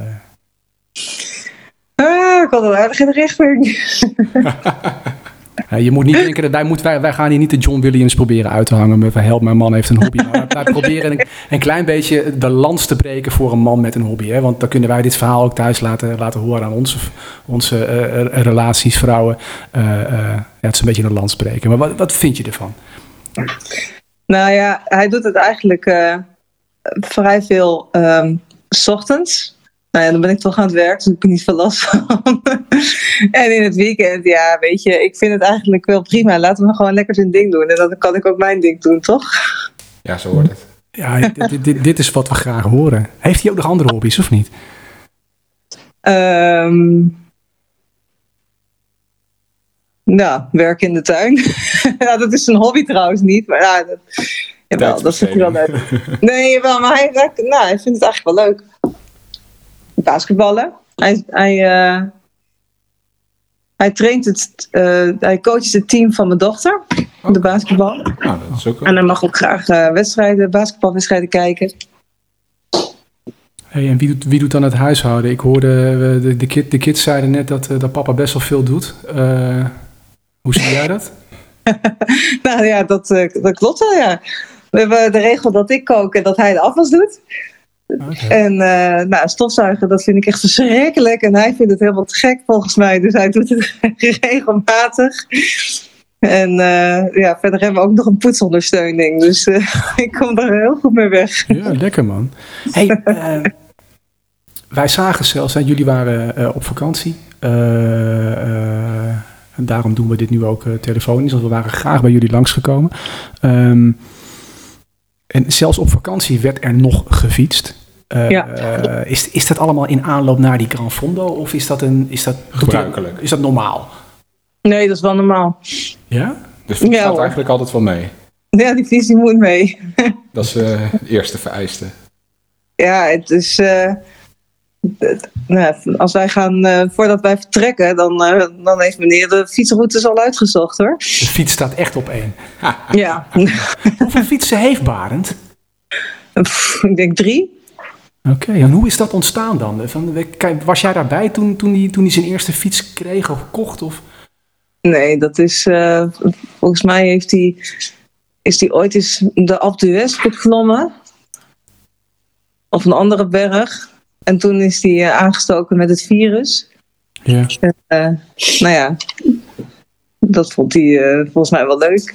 Ah, ik had wel aardig in de richting. Uh, je moet niet denken dat wij, moet, wij, wij gaan hier niet de John Williams proberen uit te hangen met help, mijn man heeft een hobby. Maar wij proberen een, een klein beetje de lans te breken voor een man met een hobby. Hè? Want dan kunnen wij dit verhaal ook thuis laten, laten horen aan onze, onze uh, relaties, vrouwen. Uh, uh, ja, het is een beetje een lans breken. Maar wat, wat vind je ervan? Nou ja, hij doet het eigenlijk uh, vrij veel um, 's ochtends. Nou ja, dan ben ik toch aan het werk, dus ik heb er niet veel last van. En in het weekend, ja, weet je, ik vind het eigenlijk wel prima. Laten we gewoon lekker zijn ding doen. En dan kan ik ook mijn ding doen, toch? Ja, zo wordt het. Ja, dit, dit, dit is wat we graag horen. Heeft hij ook nog andere hobby's, of niet? Um, nou, werk in de tuin. Nou, dat is een hobby trouwens niet, maar ja, dat, jawel, dat vindt hij wel leuk. Nee, wel, maar hij, nou, hij vindt het eigenlijk wel leuk. Basketballen. Hij, hij, uh, hij traint het, uh, hij coacht het team van mijn dochter, oh. de basketbal. Nou, dat is ook wel. En hij mag ook graag uh, wedstrijden, basketbalwedstrijden kijken. Hey, en wie doet, wie doet dan het huishouden? Ik hoorde, uh, de, de, kid, de kids zeiden net dat, uh, dat papa best wel veel doet. Uh, hoe zie jij dat? Nou ja, dat, uh, dat klopt wel, ja. We hebben de regel dat ik kook en dat hij de afwas doet. Okay. En uh, nou, stofzuigen, dat vind ik echt verschrikkelijk. En hij vindt het helemaal te gek volgens mij. Dus hij doet het regelmatig. En uh, ja, verder hebben we ook nog een poetsondersteuning. Dus uh, ik kom er heel goed mee weg. Ja, lekker man. Hey, uh, wij zagen zelfs, hè, jullie waren uh, op vakantie. Uh, uh, En daarom doen we dit nu ook uh, telefonisch, want we waren graag bij jullie langsgekomen. Um, en zelfs op vakantie werd er nog gefietst. Uh, Ja. uh, is, is dat allemaal in aanloop naar die Gran Fondo? Of is dat, een, is dat Gebruikelijk. Is dat normaal? Nee, dat is wel normaal. Ja? De fiets Ja, gaat hoor. eigenlijk altijd wel mee. Ja, die fiets die moet mee. Dat is uh, de eerste vereiste. Ja, het is... Uh, het, nou, als wij gaan, uh, voordat wij vertrekken, dan, uh, dan heeft meneer de fietsroutes al uitgezocht, hoor. De fiets staat echt op één. Ja. Hoeveel fietsen heeft Barend? Pff, ik denk drie. Oké, okay, en hoe is dat ontstaan dan? Van, kijk, was jij daarbij toen, toen, hij, toen hij zijn eerste fiets kreeg of kocht? Of? Nee, dat is... Uh, volgens mij heeft hij... Is hij ooit eens de Alpe d'Huez beklommen? Of een andere berg. En toen is hij uh, aangestoken met het virus. Ja. En, uh, nou ja, dat vond hij uh, volgens mij wel leuk.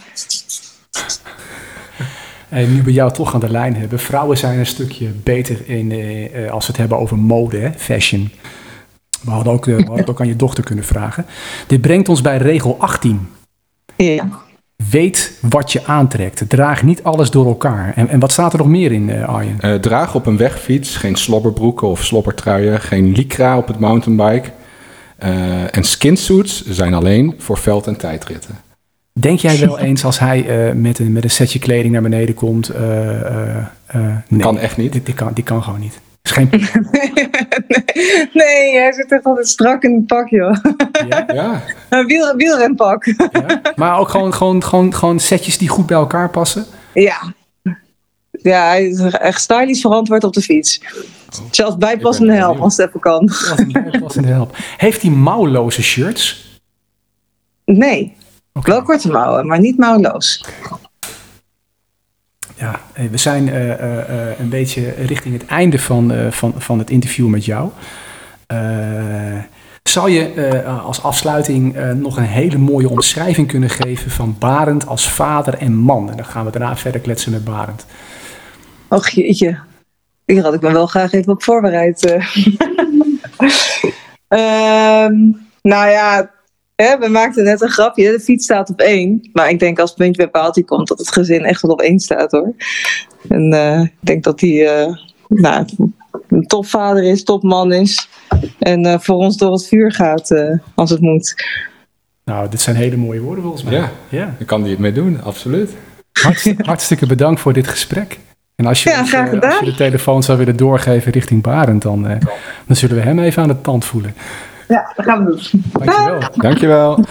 En nu bij jou toch aan de lijn hebben. Vrouwen zijn een stukje beter in, uh, als we het hebben over mode, hè? Fashion. We hadden, ook, uh, we hadden het ook aan je dochter kunnen vragen. Dit brengt ons bij regel achttien. Ja. Weet wat je aantrekt. Draag niet alles door elkaar. En, en wat staat er nog meer in, uh, Arjen? Uh, draag op een wegfiets geen slobberbroeken of slobbertruien. Geen lycra op het mountainbike. Uh, en skinsuits zijn alleen voor veld- en tijdritten. Denk jij wel eens als hij uh, met, een, met een setje kleding naar beneden komt? Uh, uh, uh, nee, kan echt niet. Die, die, kan, die kan gewoon niet. Is geen... nee, nee, hij zit echt altijd strak in het pak, joh. Ja? Ja. Een wiel, wielrenpak. Ja? Maar ook gewoon, gewoon, gewoon, gewoon setjes die goed bij elkaar passen? Ja. Ja, hij is echt stylish verantwoord op de fiets. Oh. Zelfs bijpassende helm, als het even kan. Bijpassende helm. Heeft hij mouwloze shirts? Nee. Okay. Wel korte mouwen, maar niet mouwloos. Ja, we zijn uh, uh, uh, een beetje richting het einde van, uh, van, van het interview met jou. Uh, zou je uh, als afsluiting uh, nog een hele mooie omschrijving kunnen geven van Barend als vader en man? En dan gaan we daarna verder kletsen met Barend. Och jeetje, hier had ik me wel graag even op voorbereid. um, nou ja... He, we maakten net een grapje, de fiets staat op één. Maar ik denk als het puntje bij paaltje komt dat het gezin echt wel op één staat, hoor. En uh, ik denk dat hij uh, nou, een topvader is, topman is. En uh, voor ons door het vuur gaat uh, als het moet. Nou, dit zijn hele mooie woorden volgens mij. Ja, ja. daar kan hij het mee doen, absoluut. Hartstikke, hartstikke bedankt voor dit gesprek. En als je, ja, ons, uh, als je de telefoon zou willen doorgeven richting Barend, dan, uh, dan zullen we hem even aan de tand voelen. Ja, dat gaan we doen. Dankjewel. Dankjewel.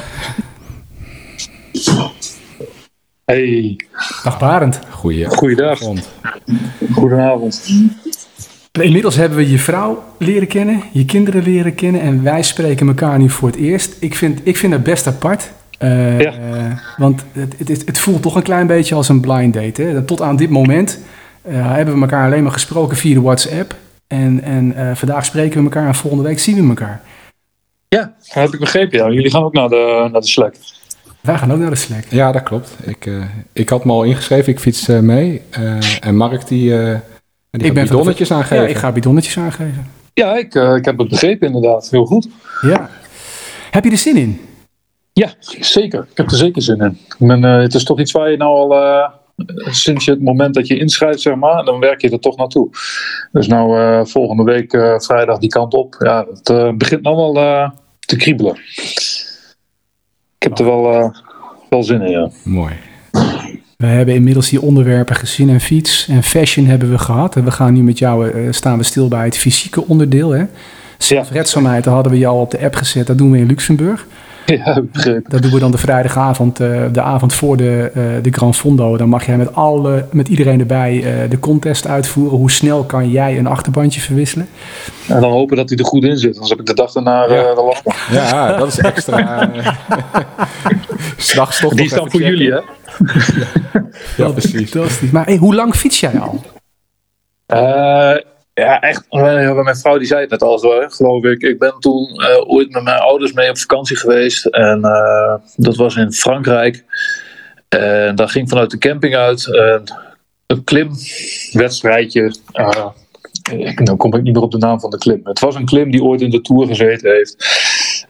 Hey. Dag Barend. Goeie. Goeiedag. Goedenavond. Inmiddels hebben we je vrouw leren kennen, je kinderen leren kennen en wij spreken elkaar nu voor het eerst. Ik vind, ik vind het best apart. Uh, ja. uh, want het, het, het voelt toch een klein beetje als een blind date. Hè? Tot aan dit moment uh, hebben we elkaar alleen maar gesproken via de WhatsApp. En, en uh, vandaag spreken we elkaar en volgende week zien we elkaar. Ja, dat heb ik begrepen. Ja. Jullie gaan ook naar de, naar de Slack. Wij gaan ook naar de Slack. Ja, dat klopt. Ik, uh, ik had me al ingeschreven. Ik fiets uh, mee. Uh, en Mark die, uh, die ik gaat bidonnetjes de... aangeven. Ja, ik ga bidonnetjes aangeven. Ja, ik, uh, ik heb het begrepen inderdaad. Heel goed. Ja. Heb je er zin in? Ja, zeker. Ik heb er zeker zin in. Ik ben, uh, het is toch iets waar je nou al... Uh, sinds je het moment dat je inschrijft, zeg maar, dan werk je er toch naartoe. Dus nou uh, volgende week uh, vrijdag die kant op. Ja, het uh, begint nou wel uh, te kriebelen. Ik heb er wel, uh, wel zin in, ja. Mooi. We hebben inmiddels die onderwerpen gezien en fiets en fashion hebben we gehad. En we gaan nu met jou, uh, staan we stil bij het fysieke onderdeel. Hè? Zelfredzaamheid, daar hadden we jou al op de app gezet. Dat doen we in Luxemburg. Ja, begrepen. Dat doen we dan de vrijdagavond, uh, de avond voor de, uh, de Gran Fondo. Dan mag jij met, alle, met iedereen erbij uh, de contest uitvoeren. Hoe snel kan jij een achterbandje verwisselen? En dan hopen dat hij er goed in zit. Anders heb ik de dag daarna uh, ja. de last van. Ja, dat is extra. uh, S'nachts toch. Die is dan voor jullie, hè? Ja, ja, precies. Fantastisch. Maar hey, hoe lang fiets jij al? Uh, Ja, echt. Mijn vrouw die zei het net al, geloof ik. Ik ben toen uh, ooit met mijn ouders mee op vakantie geweest. En uh, dat was in Frankrijk. En daar ging vanuit de camping uit uh, een klimwedstrijdje. Uh, ik, nou kom ik niet meer op de naam van de klim. Het was een klim die ooit in de Tour gezeten heeft.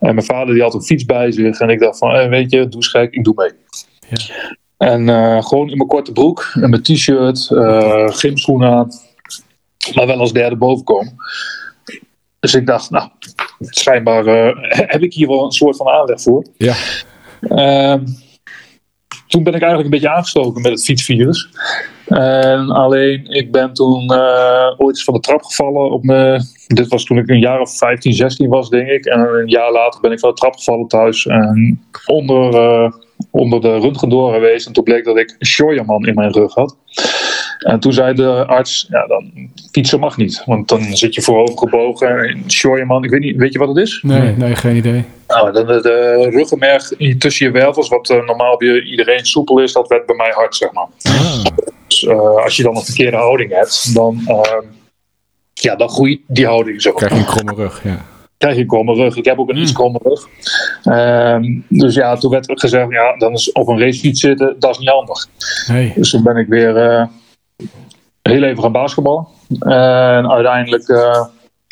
En mijn vader die had een fiets bij zich. En ik dacht van, eh, weet je, doe eens gek, ik doe mee. Ja. En uh, gewoon in mijn korte broek en mijn t-shirt, uh, gymschoenen aan. Maar wel als derde boven komen. Dus ik dacht, nou, schijnbaar uh, heb ik hier wel een soort van aanleg voor. Ja. Uh, toen ben ik eigenlijk een beetje aangestoken met het fietsvirus. En alleen, ik ben toen uh, ooit eens van de trap gevallen. Op me, dit was toen ik een jaar of vijftien, zestien was, denk ik. En een jaar later ben ik van de trap gevallen thuis. En onder, uh, onder de röntgen door geweest. En toen bleek dat ik een Scheuermann in mijn rug had. En toen zei de arts, ja, dan fietsen mag niet. Want dan zit je voorover gebogen. Scheuermann, ik weet niet, weet je wat het is? Nee, nee, geen idee. Nou, de, de, de ruggenmerg tussen je wervels, wat uh, normaal bij iedereen soepel is, dat werd bij mij hard, zeg maar. Ah. Dus uh, als je dan een verkeerde houding hebt, dan, uh, ja, dan groeit die houding zo. Krijg je een kromme rug, ja. Krijg je een kromme rug. Ik heb ook een iets kromme rug. Uh, dus ja, toen werd gezegd, ja, dan is op een racefiets zitten, dat is niet handig. Hey. Dus toen ben ik weer uh, heel even gaan basketballen. En uiteindelijk uh,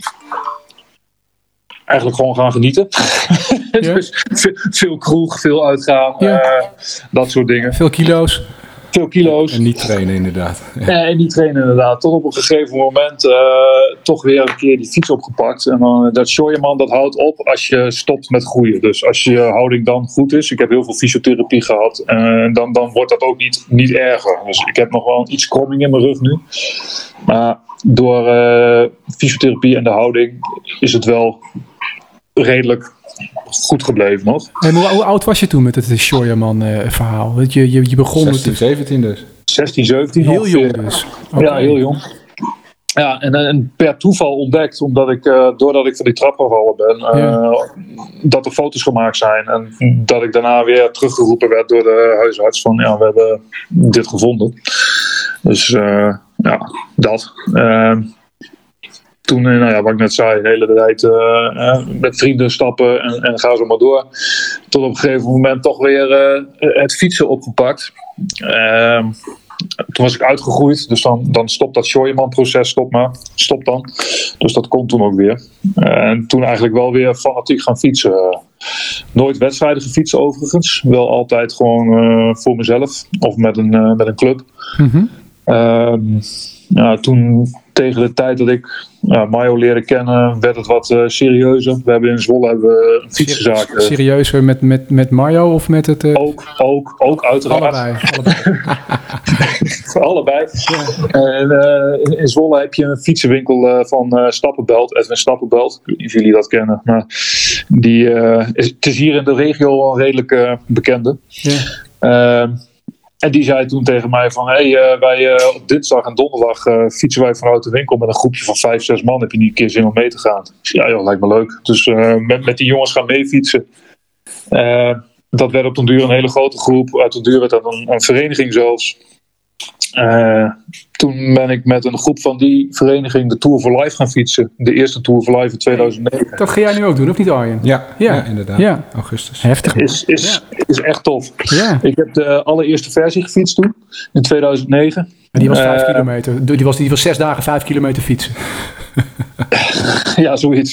eigenlijk gewoon gaan genieten. Ja. Dus veel, veel kroeg, veel uitgaan, Ja. uh, dat soort dingen. Veel kilo's. Veel kilo's. En niet trainen, inderdaad. Ja. Ja, en niet trainen inderdaad. Tot op een gegeven moment uh, toch weer een keer die fiets opgepakt. En dan uh, dat Scheuermann, dat houdt op als je stopt met groeien. Dus als je houding dan goed is. Ik heb heel veel fysiotherapie gehad. Uh, dan, dan wordt dat ook niet, niet erger. Dus ik heb nog wel iets kromming in mijn rug nu. Maar door uh, fysiotherapie en de houding is het wel redelijk goed gebleven nog. En hoe, hoe oud was je toen met het Scheuermann uh, verhaal? Dat je, je, je begon zestien, met... zeventien dus. zestien, zeventien Heel ongeveer. jong dus. Okay. Ja, heel jong. Ja, en, en per toeval ontdekt, omdat ik, uh, doordat ik van die trap gevallen ben, uh, ja. dat er foto's gemaakt zijn. En dat ik daarna weer teruggeroepen werd door de huisarts van, ja, we hebben dit gevonden. Dus uh, ja, dat. Uh, Toen, nou ja, wat ik net zei, de hele tijd uh, met vrienden stappen en, en ga zo maar door. Tot op een gegeven moment toch weer uh, het fietsen opgepakt. Uh, toen was ik uitgegroeid, dus dan, dan stopt dat Scheuermann-proces, stop maar, stop dan. Dus dat kon toen ook weer. Uh, en toen eigenlijk wel weer fanatiek gaan fietsen. Uh, nooit wedstrijden gefietst overigens, wel altijd gewoon uh, voor mezelf of met een, uh, met een club. Mm-hmm. Uh, ja, toen tegen de tijd dat ik ja, Mayo leren kennen, werd het wat uh, serieuzer. We hebben in Zwolle hebben we een fietsenzaak. Uh, serieuzer met, met, met Mayo of met het... Uh... Ook, ook, ook uiteraard. Allebei. Allebei. allebei. Ja. En uh, in, in Zwolle heb je een fietsenwinkel uh, van uh, Stappenbelt, Edwin Stappenbelt. Ik weet niet of jullie dat kennen. Maar die, uh, is, het is hier in de regio wel een redelijk uh, bekende. Ja. Uh, En die zei toen tegen mij van, hé, hey, uh, wij uh, op dinsdag en donderdag uh, fietsen wij vanuit de winkel met een groepje van vijf, zes man. Heb je niet een keer zin om mee te gaan? Dus, ja, joh, lijkt me leuk. Dus uh, met, met die jongens gaan meefietsen. Uh, dat werd op den duur een hele grote groep. Uit den duur werd dat een, een vereniging zelfs. Uh, toen ben ik met een groep van die vereniging de Tour for Life gaan fietsen. De eerste Tour for Life in tweeduizend negen. Dat ga jij nu ook doen, of niet, Arjen? Ja, ja. ja inderdaad. Ja. Augustus. Heftig. Is, is, ja. is echt tof. Ja. Ik heb de allereerste versie gefietst toen, in tweeduizend negen. En die was vijf uh, kilometer. Die was, die was zes dagen vijf kilometer fietsen. Ja, zoiets.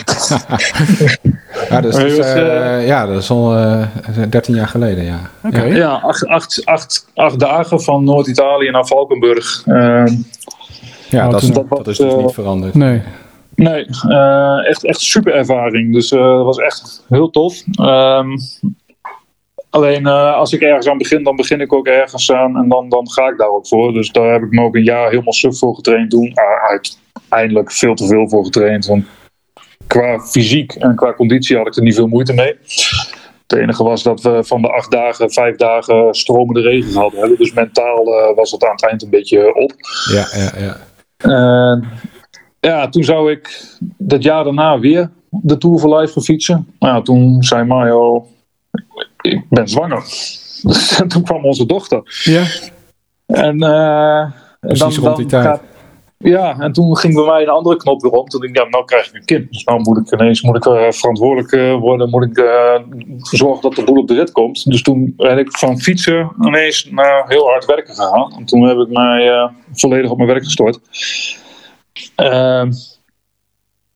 Ja, dus, dus, uh, ja, dat is al uh, dertien jaar geleden, ja. Oké. Okay. Ja, acht, acht, acht, acht dagen van Noord-Italië naar Valkenburg. Uh, ja, oh, dat, is, dat, dat is dus uh, niet veranderd. Nee. Nee, uh, echt, echt super ervaring. Dus uh, dat was echt heel tof. Um, alleen uh, als ik ergens aan begin, dan begin ik ook ergens aan en dan, dan ga ik daar ook voor. Dus daar heb ik me ook een jaar helemaal suf voor getraind toen. Uh, uiteindelijk veel te veel voor getraind. Want qua fysiek en qua conditie had ik er niet veel moeite mee. Het enige was dat we van de acht dagen, vijf dagen stromende regen gehad hebben. Dus mentaal uh, was het aan het eind een beetje op. Ja, ja, ja. Uh, ja, toen zou ik dat jaar daarna weer de Tour for Life gaan fietsen. Nou, toen zei Mayo, ik ben zwanger. En toen kwam onze dochter. Ja. En, uh, Precies dan, rond dan die tijd. Gaat, ja, en toen ging bij mij een andere knop weer om. Toen dacht ik, ja, nou krijg ik een kind. Dus nou moet ik ineens moet ik, uh, verantwoordelijk uh, worden. Moet ik uh, zorgen dat de boel op de rit komt. Dus toen ben ik van fietsen ineens naar heel hard werken gegaan. En toen heb ik mij uh, volledig op mijn werk gestort. Uh,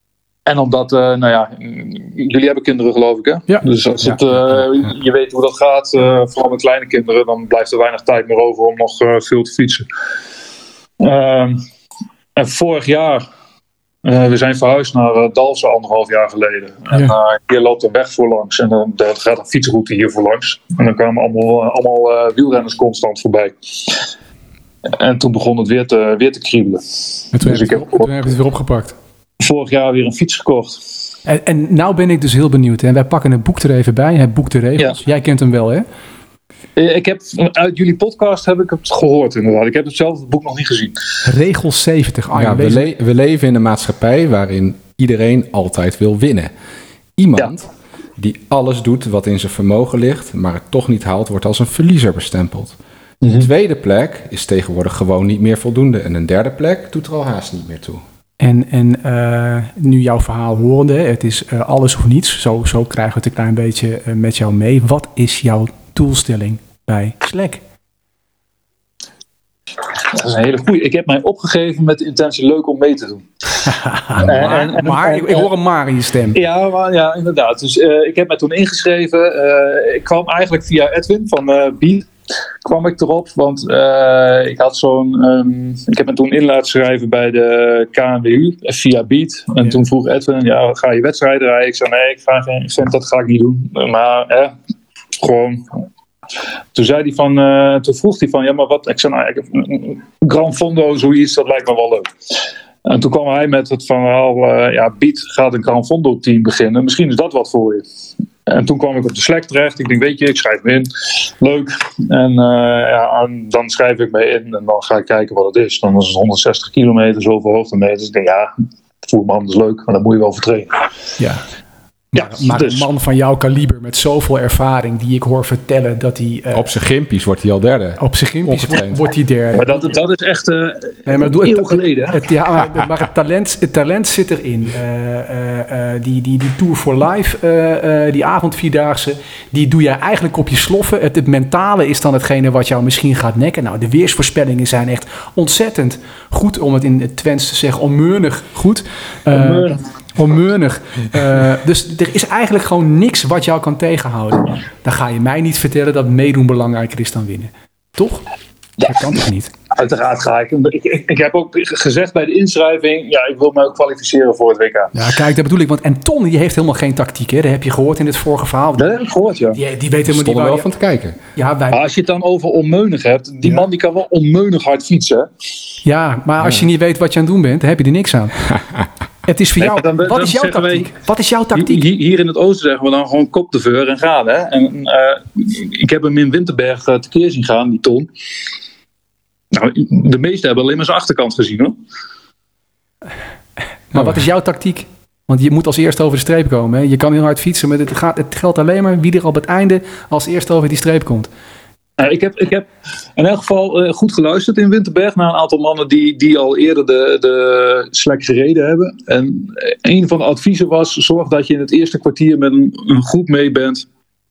En omdat, uh, nou ja, jullie hebben kinderen geloof ik hè? Ja. Dus als Ja. het, uh, je weet hoe dat gaat, uh, vooral met kleine kinderen, dan blijft er weinig tijd meer over om nog uh, veel te fietsen. Uh, en vorig jaar, uh, we zijn verhuisd naar uh, Dalfsen anderhalf jaar geleden. En Ja. uh, hier loopt een weg voorlangs en dan daar gaat een fietsroute hier voorlangs. En dan kwamen allemaal, uh, allemaal uh, wielrenners constant voorbij. En toen begon het weer te, weer te kriebelen. En toen, Dus heb, ik je, heb toen heb je het weer opgepakt. vorig jaar weer een fiets gekocht. En, en nou ben ik dus heel benieuwd. En wij pakken het boek er even bij. Het boek De Regels. Ja. Jij kent hem wel, hè? Ik heb, uit jullie podcast heb ik het gehoord inderdaad. Ik heb het zelf het boek nog niet gezien. Regels zeventig. Arjen, Ja, we, lees- le- we leven in een maatschappij waarin iedereen altijd wil winnen. Iemand die alles doet wat in zijn vermogen ligt, maar het toch niet haalt, wordt als een verliezer bestempeld. De tweede plek is tegenwoordig gewoon niet meer voldoende. En een derde plek doet er al haast niet meer toe. En, en eh, nu jouw verhaal horende, het is eh, alles of niets. Zo, zo krijgen we het een klein beetje eh, met jou mee. Wat is jouw doelstelling bij Slack? Dat is een hele goeie. Ik heb mij opgegeven met de intentie leuk om mee te doen. maar en- en- maar en- ik, ik hoor een maar in je stem. Ja, maar, ja inderdaad. Dus uh, ik heb mij toen ingeschreven. Uh, ik kwam eigenlijk via Edwin van uh, Beat. Kwam ik erop, want uh, ik had zo'n. Um, ik heb me toen in laten schrijven bij de K N W U via Beat. En Ja. toen vroeg Edwin: ja, ga je wedstrijden rijden? Ik zei: nee, ik, ga geen, ik vind dat ga ik niet doen. Maar eh, gewoon. Toen zei hij van, uh, toen vroeg hij van, ja, maar wat? Ik zei: nou, ik, Gran Fondo, zoiets, dat lijkt me wel leuk. En toen kwam hij met het verhaal, uh, ja, Beat gaat een Gran Fondo team beginnen. Misschien is dat wat voor je. En toen kwam ik op de Slack terecht. Ik denk, weet je, ik schrijf me in. Leuk. En, uh, ja, en dan schrijf ik me in en dan ga ik kijken wat het is. Dan is het honderdzestig kilometer, zoveel hoogtemeters. Ik denk, ja, voel me anders leuk, maar daar moet je wel voor trainen. Ja. Ja, Maar dus. een man van jouw kaliber met zoveel ervaring die ik hoor vertellen dat hij uh, Op zijn gimpies wordt hij al derde. op zijn gimpies Ongetraind. wordt hij derde. Maar dat, dat is echt uh, Nee, maar doe een het- eeuw geleden. hè? Het, ja, maar, maar het, talent, het talent zit erin. Uh, uh, uh, die, die, die Tour for Life, uh, uh, die avondvierdaagse, die doe jij eigenlijk op je sloffen. Het, het mentale is dan hetgene wat jou misschien gaat nekken. Nou, de weersvoorspellingen zijn echt ontzettend goed, om het in het Twents te zeggen, onmeunig goed. Uh, Onmeunig. Onmeunig. Uh, dus er is eigenlijk gewoon niks wat jou kan tegenhouden. Dan ga je mij niet vertellen dat meedoen belangrijker is dan winnen. Toch? Dat kan toch niet? Uiteraard ga ik. Ik, ik. ik heb ook gezegd bij de inschrijving, ja, ik wil me ook kwalificeren voor het W K. Ja, kijk, dat bedoel ik. Want en Ton, die heeft helemaal geen tactiek. Hè? Dat heb je gehoord in het vorige verhaal. Dat heb ik gehoord, ja. Die, die weet helemaal niet Stond er waar wel die- van te kijken. Ja, wij, Maar als je het dan over onmeunig hebt, die Ja. man die kan wel onmeunig hard fietsen. hè? ja, maar als je niet weet wat je aan het doen bent, dan heb je er niks aan. Het is voor Nee, jou. maar dan- wat dan is jouw zeggen wij- tactiek? Wat is jouw tactiek? Hier, hier in het oosten zeggen we dan gewoon kop de veur en gaan. Hè? En, uh, ik heb hem in Winterberg uh, tekeer zien gaan, die Ton. Nou, de meesten hebben alleen maar zijn achterkant gezien hoor. Maar wat is jouw tactiek? Want je moet als eerste over de streep komen. Hè? Je kan heel hard fietsen, maar het, gaat, het geldt alleen maar wie er op het einde als eerste over die streep komt. Uh, ik, heb, ik heb in elk geval uh, goed geluisterd in Winterberg naar een aantal mannen die, die al eerder de, de Slack gereden hebben. En een van de adviezen was: zorg dat je in het eerste kwartier met een, een groep mee bent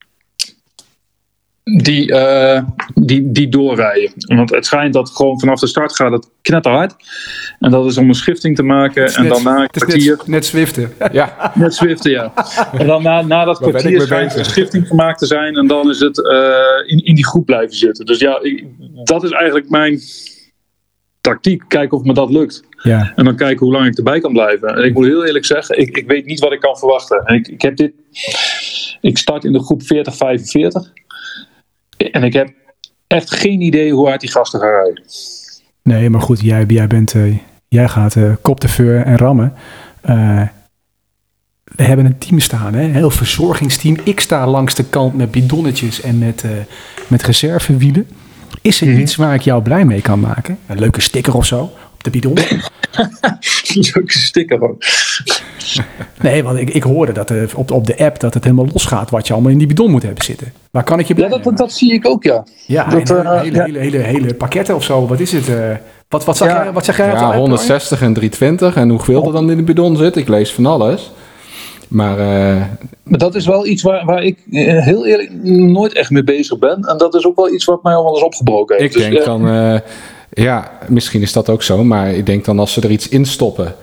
die, uh, die, die doorrijden. Want het schijnt dat gewoon vanaf de start gaat het knetterhard. En dat is om een schifting te maken. Het is En net- dan na een het is kwartier... net, net Zwiften. Ja, Net Zwiften, ja. En dan na, na dat Waar ben ik kwartier mee schijnt een bezig? schifting gemaakt te zijn. En dan is het uh, in, in die groep blijven zitten. Dus ja, ik- dat is eigenlijk mijn tactiek. Kijken of me dat lukt. Ja. En dan kijken hoe lang ik erbij kan blijven. En ik moet heel eerlijk zeggen, ik, ik weet niet wat ik kan verwachten. En ik, ik heb dit... Ik start in de groep veertig vijfenveertig. En ik heb echt geen idee hoe hard die gasten gaan rijden. Nee, maar goed, jij, jij, bent, uh, jij gaat uh, kop de veur en rammen. Uh, we hebben een team staan, hè? Een heel verzorgingsteam. Ik sta langs de kant met bidonnetjes en met, uh, met reservewielen. Is er mm-hmm. iets waar ik jou blij mee kan maken? Een leuke sticker of zo op de bidon? Leuke sticker ook. Nee, want ik, ik hoorde dat uh, op, op de app dat het helemaal losgaat wat je allemaal in die bidon moet hebben zitten. Waar kan ik je blij Ja, dat, mee dat, dat zie ik ook, ja. Ja, dat, en, uh, hele, ja. hele, hele, hele pakketten of zo. Wat is het? Uh, wat, wat, zag Ja. jij, wat zeg jij op de ja app, honderdzestig en driehonderdtwintig. En hoeveel er dan in de bidon zit. Ik lees van alles. Maar uh, Maar dat is wel iets waar, waar ik uh, heel eerlijk nooit echt mee bezig ben. En dat is ook wel iets wat mij al wel eens opgebroken heeft. ik Dus, denk uh, dan... Uh, ja, misschien is dat ook zo. Maar ik denk dan als ze er iets in stoppen...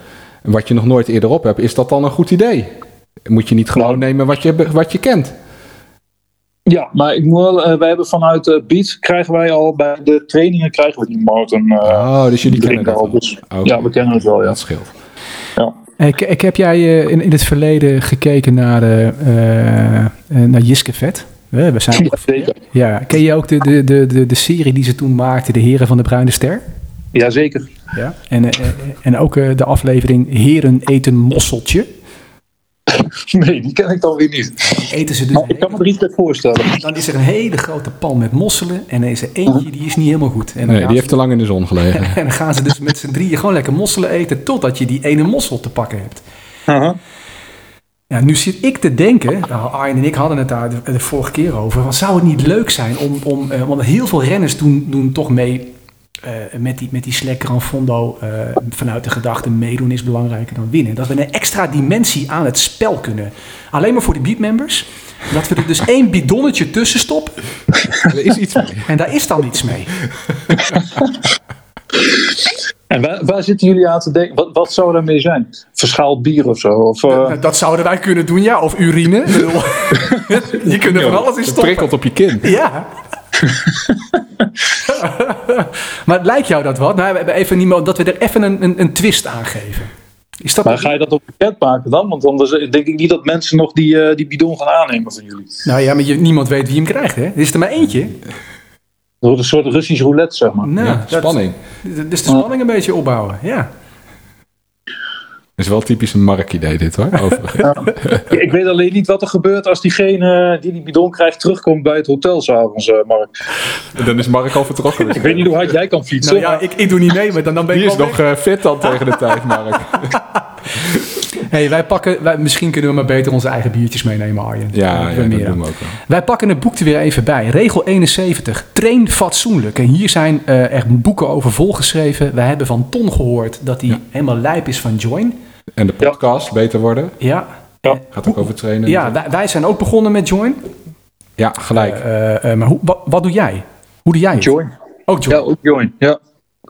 wat je nog nooit eerder op hebt, is dat dan een goed idee? Moet je niet gewoon nemen wat je, wat je kent? Ja, maar ik moet wel, uh, wij hebben vanuit uh, Beats krijgen wij al bij de trainingen krijgen we die motor. Uh, oh, dus jullie kennen dat al. Dus, okay. Ja, we kennen het wel, ja. Dat scheelt. Ja. Ik, ik heb jij uh, in, in het verleden gekeken naar, uh, uh, naar Jiske Vet? We, we zijn ja, zeker. Ja, ken je ook de, de, de, de, de serie die ze toen maakte, De Heren van de Bruine Ster? Jazeker. Ja. En, uh, en ook uh, de aflevering Heren eten mosseltje. Nee, die ken ik dan weer niet. Eten ze dus maar ik kan me er iets bij voorstellen. Dan is er een hele grote pan met mosselen. En er is er eentje, die is niet helemaal goed. En nee, die heeft te lang in de zon gelegen. En dan gaan ze dus met z'n drieën gewoon lekker mosselen eten. Totdat je die ene mossel te pakken hebt. Uh-huh. Ja, nu zit ik te denken. Nou, Arjen en ik hadden het daar de, de vorige keer over. Van, zou het niet leuk zijn om... om uh, want heel veel renners doen, doen toch mee... Uh, met die, met die Slek Gran Fondo uh, vanuit de gedachte meedoen is belangrijker dan winnen. Dat we een extra dimensie aan het spel kunnen. Alleen maar voor de beatmembers. Dat we er dus één bidonnetje tussen stoppen. Er is iets mee. En daar is dan iets mee. En waar, waar zitten jullie aan te denken? Wat, wat zou daarmee zijn? Verschaald bier of zo? Of, uh... dat, dat zouden wij kunnen doen, ja. Of urine. Je kunt er van alles in stoppen. Het prikkelt op je kin. Ja. Maar lijkt jou dat wat? Nou, we hebben even niet meer, dat we er even een, een, een twist aan geven. Is dat maar een... ga je dat op pakket maken dan? Want anders denk ik niet dat mensen nog die, uh, die bidon gaan aannemen van jullie. Nou ja, maar je, niemand weet wie hem krijgt, hè? Er is er maar eentje. Het wordt een soort Russisch roulette, zeg maar. Nou, ja, spanning. Dat, dus de spanning een beetje opbouwen, ja. Het is wel typisch een Mark-idee dit hoor. Ja. Ik weet alleen niet wat er gebeurt als diegene die die bidon krijgt terugkomt bij het hotel s'avonds, uh, Mark. Dan is Mark al vertrokken. Ik weet niet hoe hard jij kan fietsen. Nou ja, ik, ik doe niet mee, maar dan, dan ben ik Die is wel nog uh, fit dan tegen de tijd, Mark. Hey, wij pakken, wij, misschien kunnen we maar beter onze eigen biertjes meenemen, Arjen. Ja, ja dat doen we ook wel. Wij pakken het boek er weer even bij. Regel eenenzeventig. Train fatsoenlijk. En hier zijn uh, er boeken over volgeschreven. We hebben van Ton gehoord dat hij ja. helemaal lijp is van Join. En de podcast ja. beter worden. Ja. ja. Gaat ook over trainen. Ja, wij, wij zijn ook begonnen met Join. Ja, gelijk. Uh, uh, uh, maar hoe, wat, wat doe jij? Hoe doe jij het? Join. Ook Join? Ja, ook Join. Ja.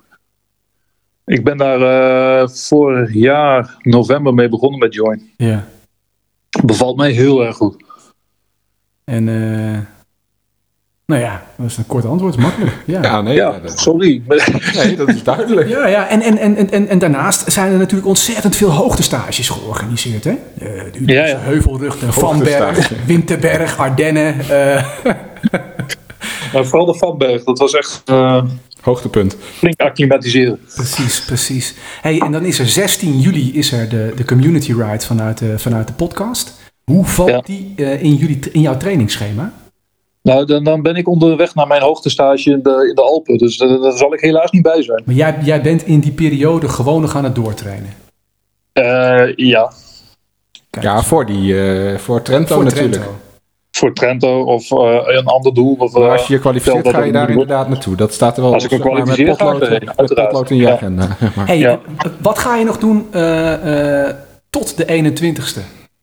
Ik ben daar uh, vorig jaar november mee begonnen met Join. Ja. Bevalt mij heel erg goed. En uh, nou ja, dat is een kort antwoord, makkelijk. Ja, ja nee. Ja, dat... sorry. Nee, dat is duidelijk. Ja, ja. En, en, en, en, en daarnaast zijn er natuurlijk ontzettend veel hoogtestages georganiseerd. Hè? Uh, de ja, ja. Heuvelrug, de Vanberg, Winterberg, Ardennen. Uh. Ja, vooral de Vanberg, dat was echt... Uh... Hoogtepunt. Flink acclimatiseren. Precies, precies. Hey, en dan is er zestien juli is er de, de community ride vanuit de, vanuit de podcast. Hoe valt ja. die uh, in, jullie, in jouw trainingsschema? Nou, dan, dan ben ik onderweg naar mijn hoogtestage in de, in de Alpen. Dus daar, daar zal ik helaas niet bij zijn. Maar jij, jij bent in die periode gewoon nog aan het doortrainen? Uh, ja. Kijk, ja, voor, die, uh, voor Trento voor natuurlijk. Trento. Voor Trento of uh, een ander doel. Of, uh, maar als je je kwalificeert ga je daar inderdaad naartoe. Dat staat er wel als ik me kwalificeer met potlood, ga ik met potlood in je ja. agenda. Maar. Hey, ja. Wat ga je nog doen uh, uh, tot de eenentwintigste?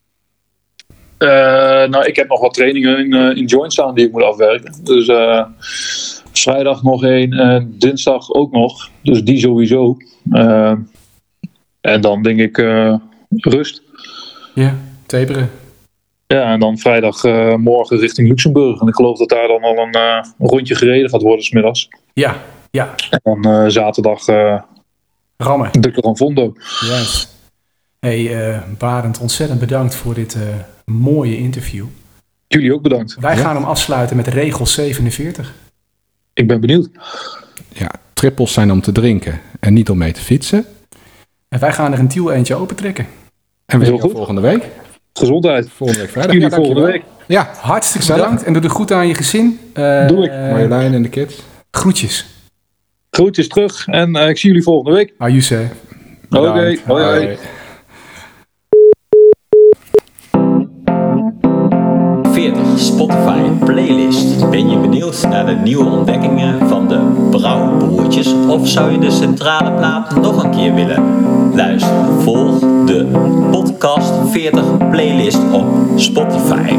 Uh, nou, ik heb nog wat trainingen in, uh, in joint staan die ik moet afwerken. Dus uh, vrijdag nog één en dinsdag ook nog. Dus die sowieso. Uh, en dan denk ik uh, rust. Ja, taperen. Ja, en dan vrijdag uh, morgen richting Luxemburg. En ik geloof dat daar dan al een, uh, een rondje gereden gaat worden 's middags. Ja, ja. En dan uh, zaterdag uh, rammen. De Gran Fondo. Juist. Hey uh, Barend, ontzettend bedankt voor dit uh, mooie interview. Jullie ook bedankt. Wij ja. gaan hem afsluiten met regel zevenenveertig. Ik ben benieuwd. Ja, trippels zijn om te drinken en niet om mee te fietsen. En wij gaan er een tiel eentje opentrekken. En we zien je volgende week. Gezondheid. Volgende week vrijdag. Jullie ja, volgende week. Ja, hartstikke Gezellig. Bedankt. En doe de groet aan je gezin. Uh, Doe ik. Uh, Marjolein en de kids. Groetjes. Groetjes terug. En uh, ik zie jullie volgende week. Ajuse. Oké. Okay. Hoi, hoi. veertig Spotify playlist. Ben je benieuwd naar de nieuwe ontdekkingen van de Brouwbroertjes? Of zou je de centrale plaat nog een keer willen? Luister, volg de podcast veertig playlist op Spotify.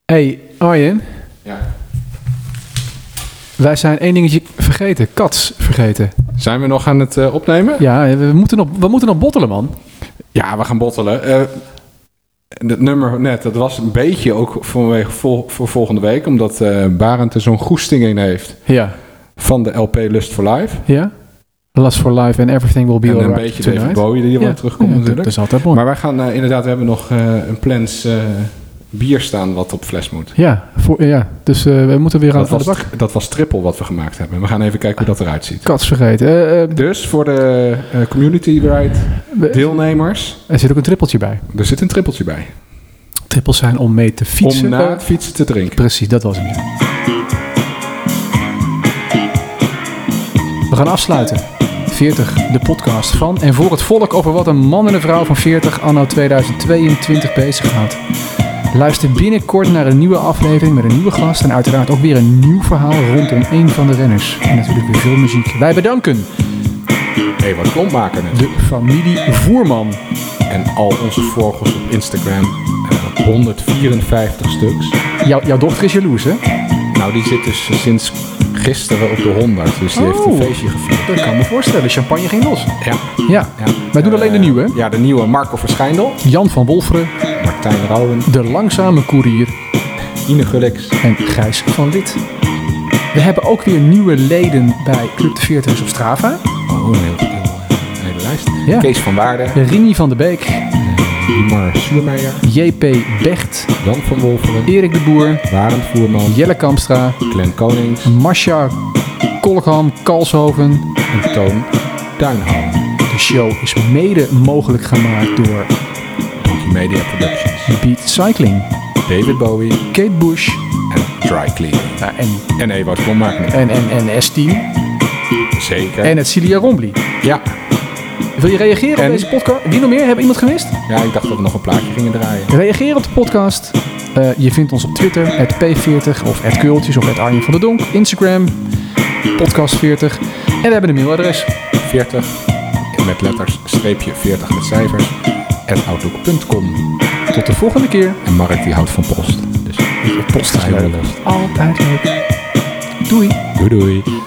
Hey Arjen. Ja. Wij zijn één dingetje vergeten. Cats vergeten. Zijn we nog aan het uh, opnemen? Ja, we moeten nog, we moeten nog bottelen, man. Ja, we gaan bottelen. Uh, het nummer net, dat was een beetje ook voor, voor, voor volgende week. Omdat uh, Barend er zo'n goesting in heeft. Ja. Van de L P Lust for Life. Ja. Lust for Life and Everything Will Be en Alright. En een beetje tonight. David Bowie die hier ja. wel terugkomt ja, natuurlijk. Dat is altijd mooi. Maar wij gaan uh, inderdaad, we hebben nog uh, een plans uh, bier staan wat op fles moet. Ja, voor, ja. dus uh, we moeten weer aan, dat aan de was, bak. Dat was triple wat we gemaakt hebben. We gaan even kijken hoe dat eruit ziet. Cats vergeten. Uh, uh, dus voor de uh, Community Ride deelnemers. Er zit ook een trippeltje bij. Er zit een trippeltje bij. Trippels zijn om mee te fietsen. Om na het fietsen te drinken. Precies, dat was hem. Ja. We gaan afsluiten. veertig, de podcast van en voor het volk over wat een man en een vrouw van veertig anno tweeduizend tweeëntwintig bezighoudt. Luister binnenkort naar een nieuwe aflevering met een nieuwe gast en uiteraard ook weer een nieuw verhaal rondom een van de renners. En natuurlijk weer veel muziek. Wij bedanken Hey, wat klompmaken het. de familie Voerman. En al onze volgers op Instagram. Uh, honderdvierenvijftig stuks. Jou, jouw dochter is jaloers, hè? Nou, die zit dus sinds gisteren op de honderd. Dus die Oh. heeft een feestje gevierd. Dat kan me voorstellen. Champagne ging los. Ja. Ja. ja. Wij doen Uh, alleen de nieuwe. Ja, de nieuwe Marco Verschijndel. Jan van Wolferen. Martijn Rauwen. De langzame koerier. Ine Gullix. En Gijs van Lid. We hebben ook weer nieuwe leden bij Club de veertigers op Strava. Oh, een hele, een hele lijst. Ja. Kees van Waarden. Rini van de Beek. Dimar Suurmeijer. J P Becht. Jan van Wolferen. Erik de Boer. Warend Voerman. Jelle Kamstra. Glenn Konings. Masha Kolkham Kalshoven. En Toon Duinhouden. De show is mede mogelijk gemaakt door Donkey Media Productions. Beat Cycling. David Bowie. Kate Bush. En Dry Cleaning. Nou, en, En Ewout Klommaken. en, en, en S tien. Zeker. En het Cilia Rombly. Ja. Wil je reageren En- op deze podcast? Wie nog meer? Hebben iemand gemist? Ja, ik dacht dat we nog een plaatje gingen draaien. Reageer op de podcast. Uh, je vindt ons op Twitter, at P veertig of at Kultjes of at Arjen van der Donk. Instagram, podcast veertig. En we hebben een mailadres. veertig met letters, streepje veertig met cijfers, at outlook punt com. Tot de volgende keer. En Mark die houdt van post. Dus Post is Hij wil leuk. lust. Altijd leuk. Doei. Doei doei.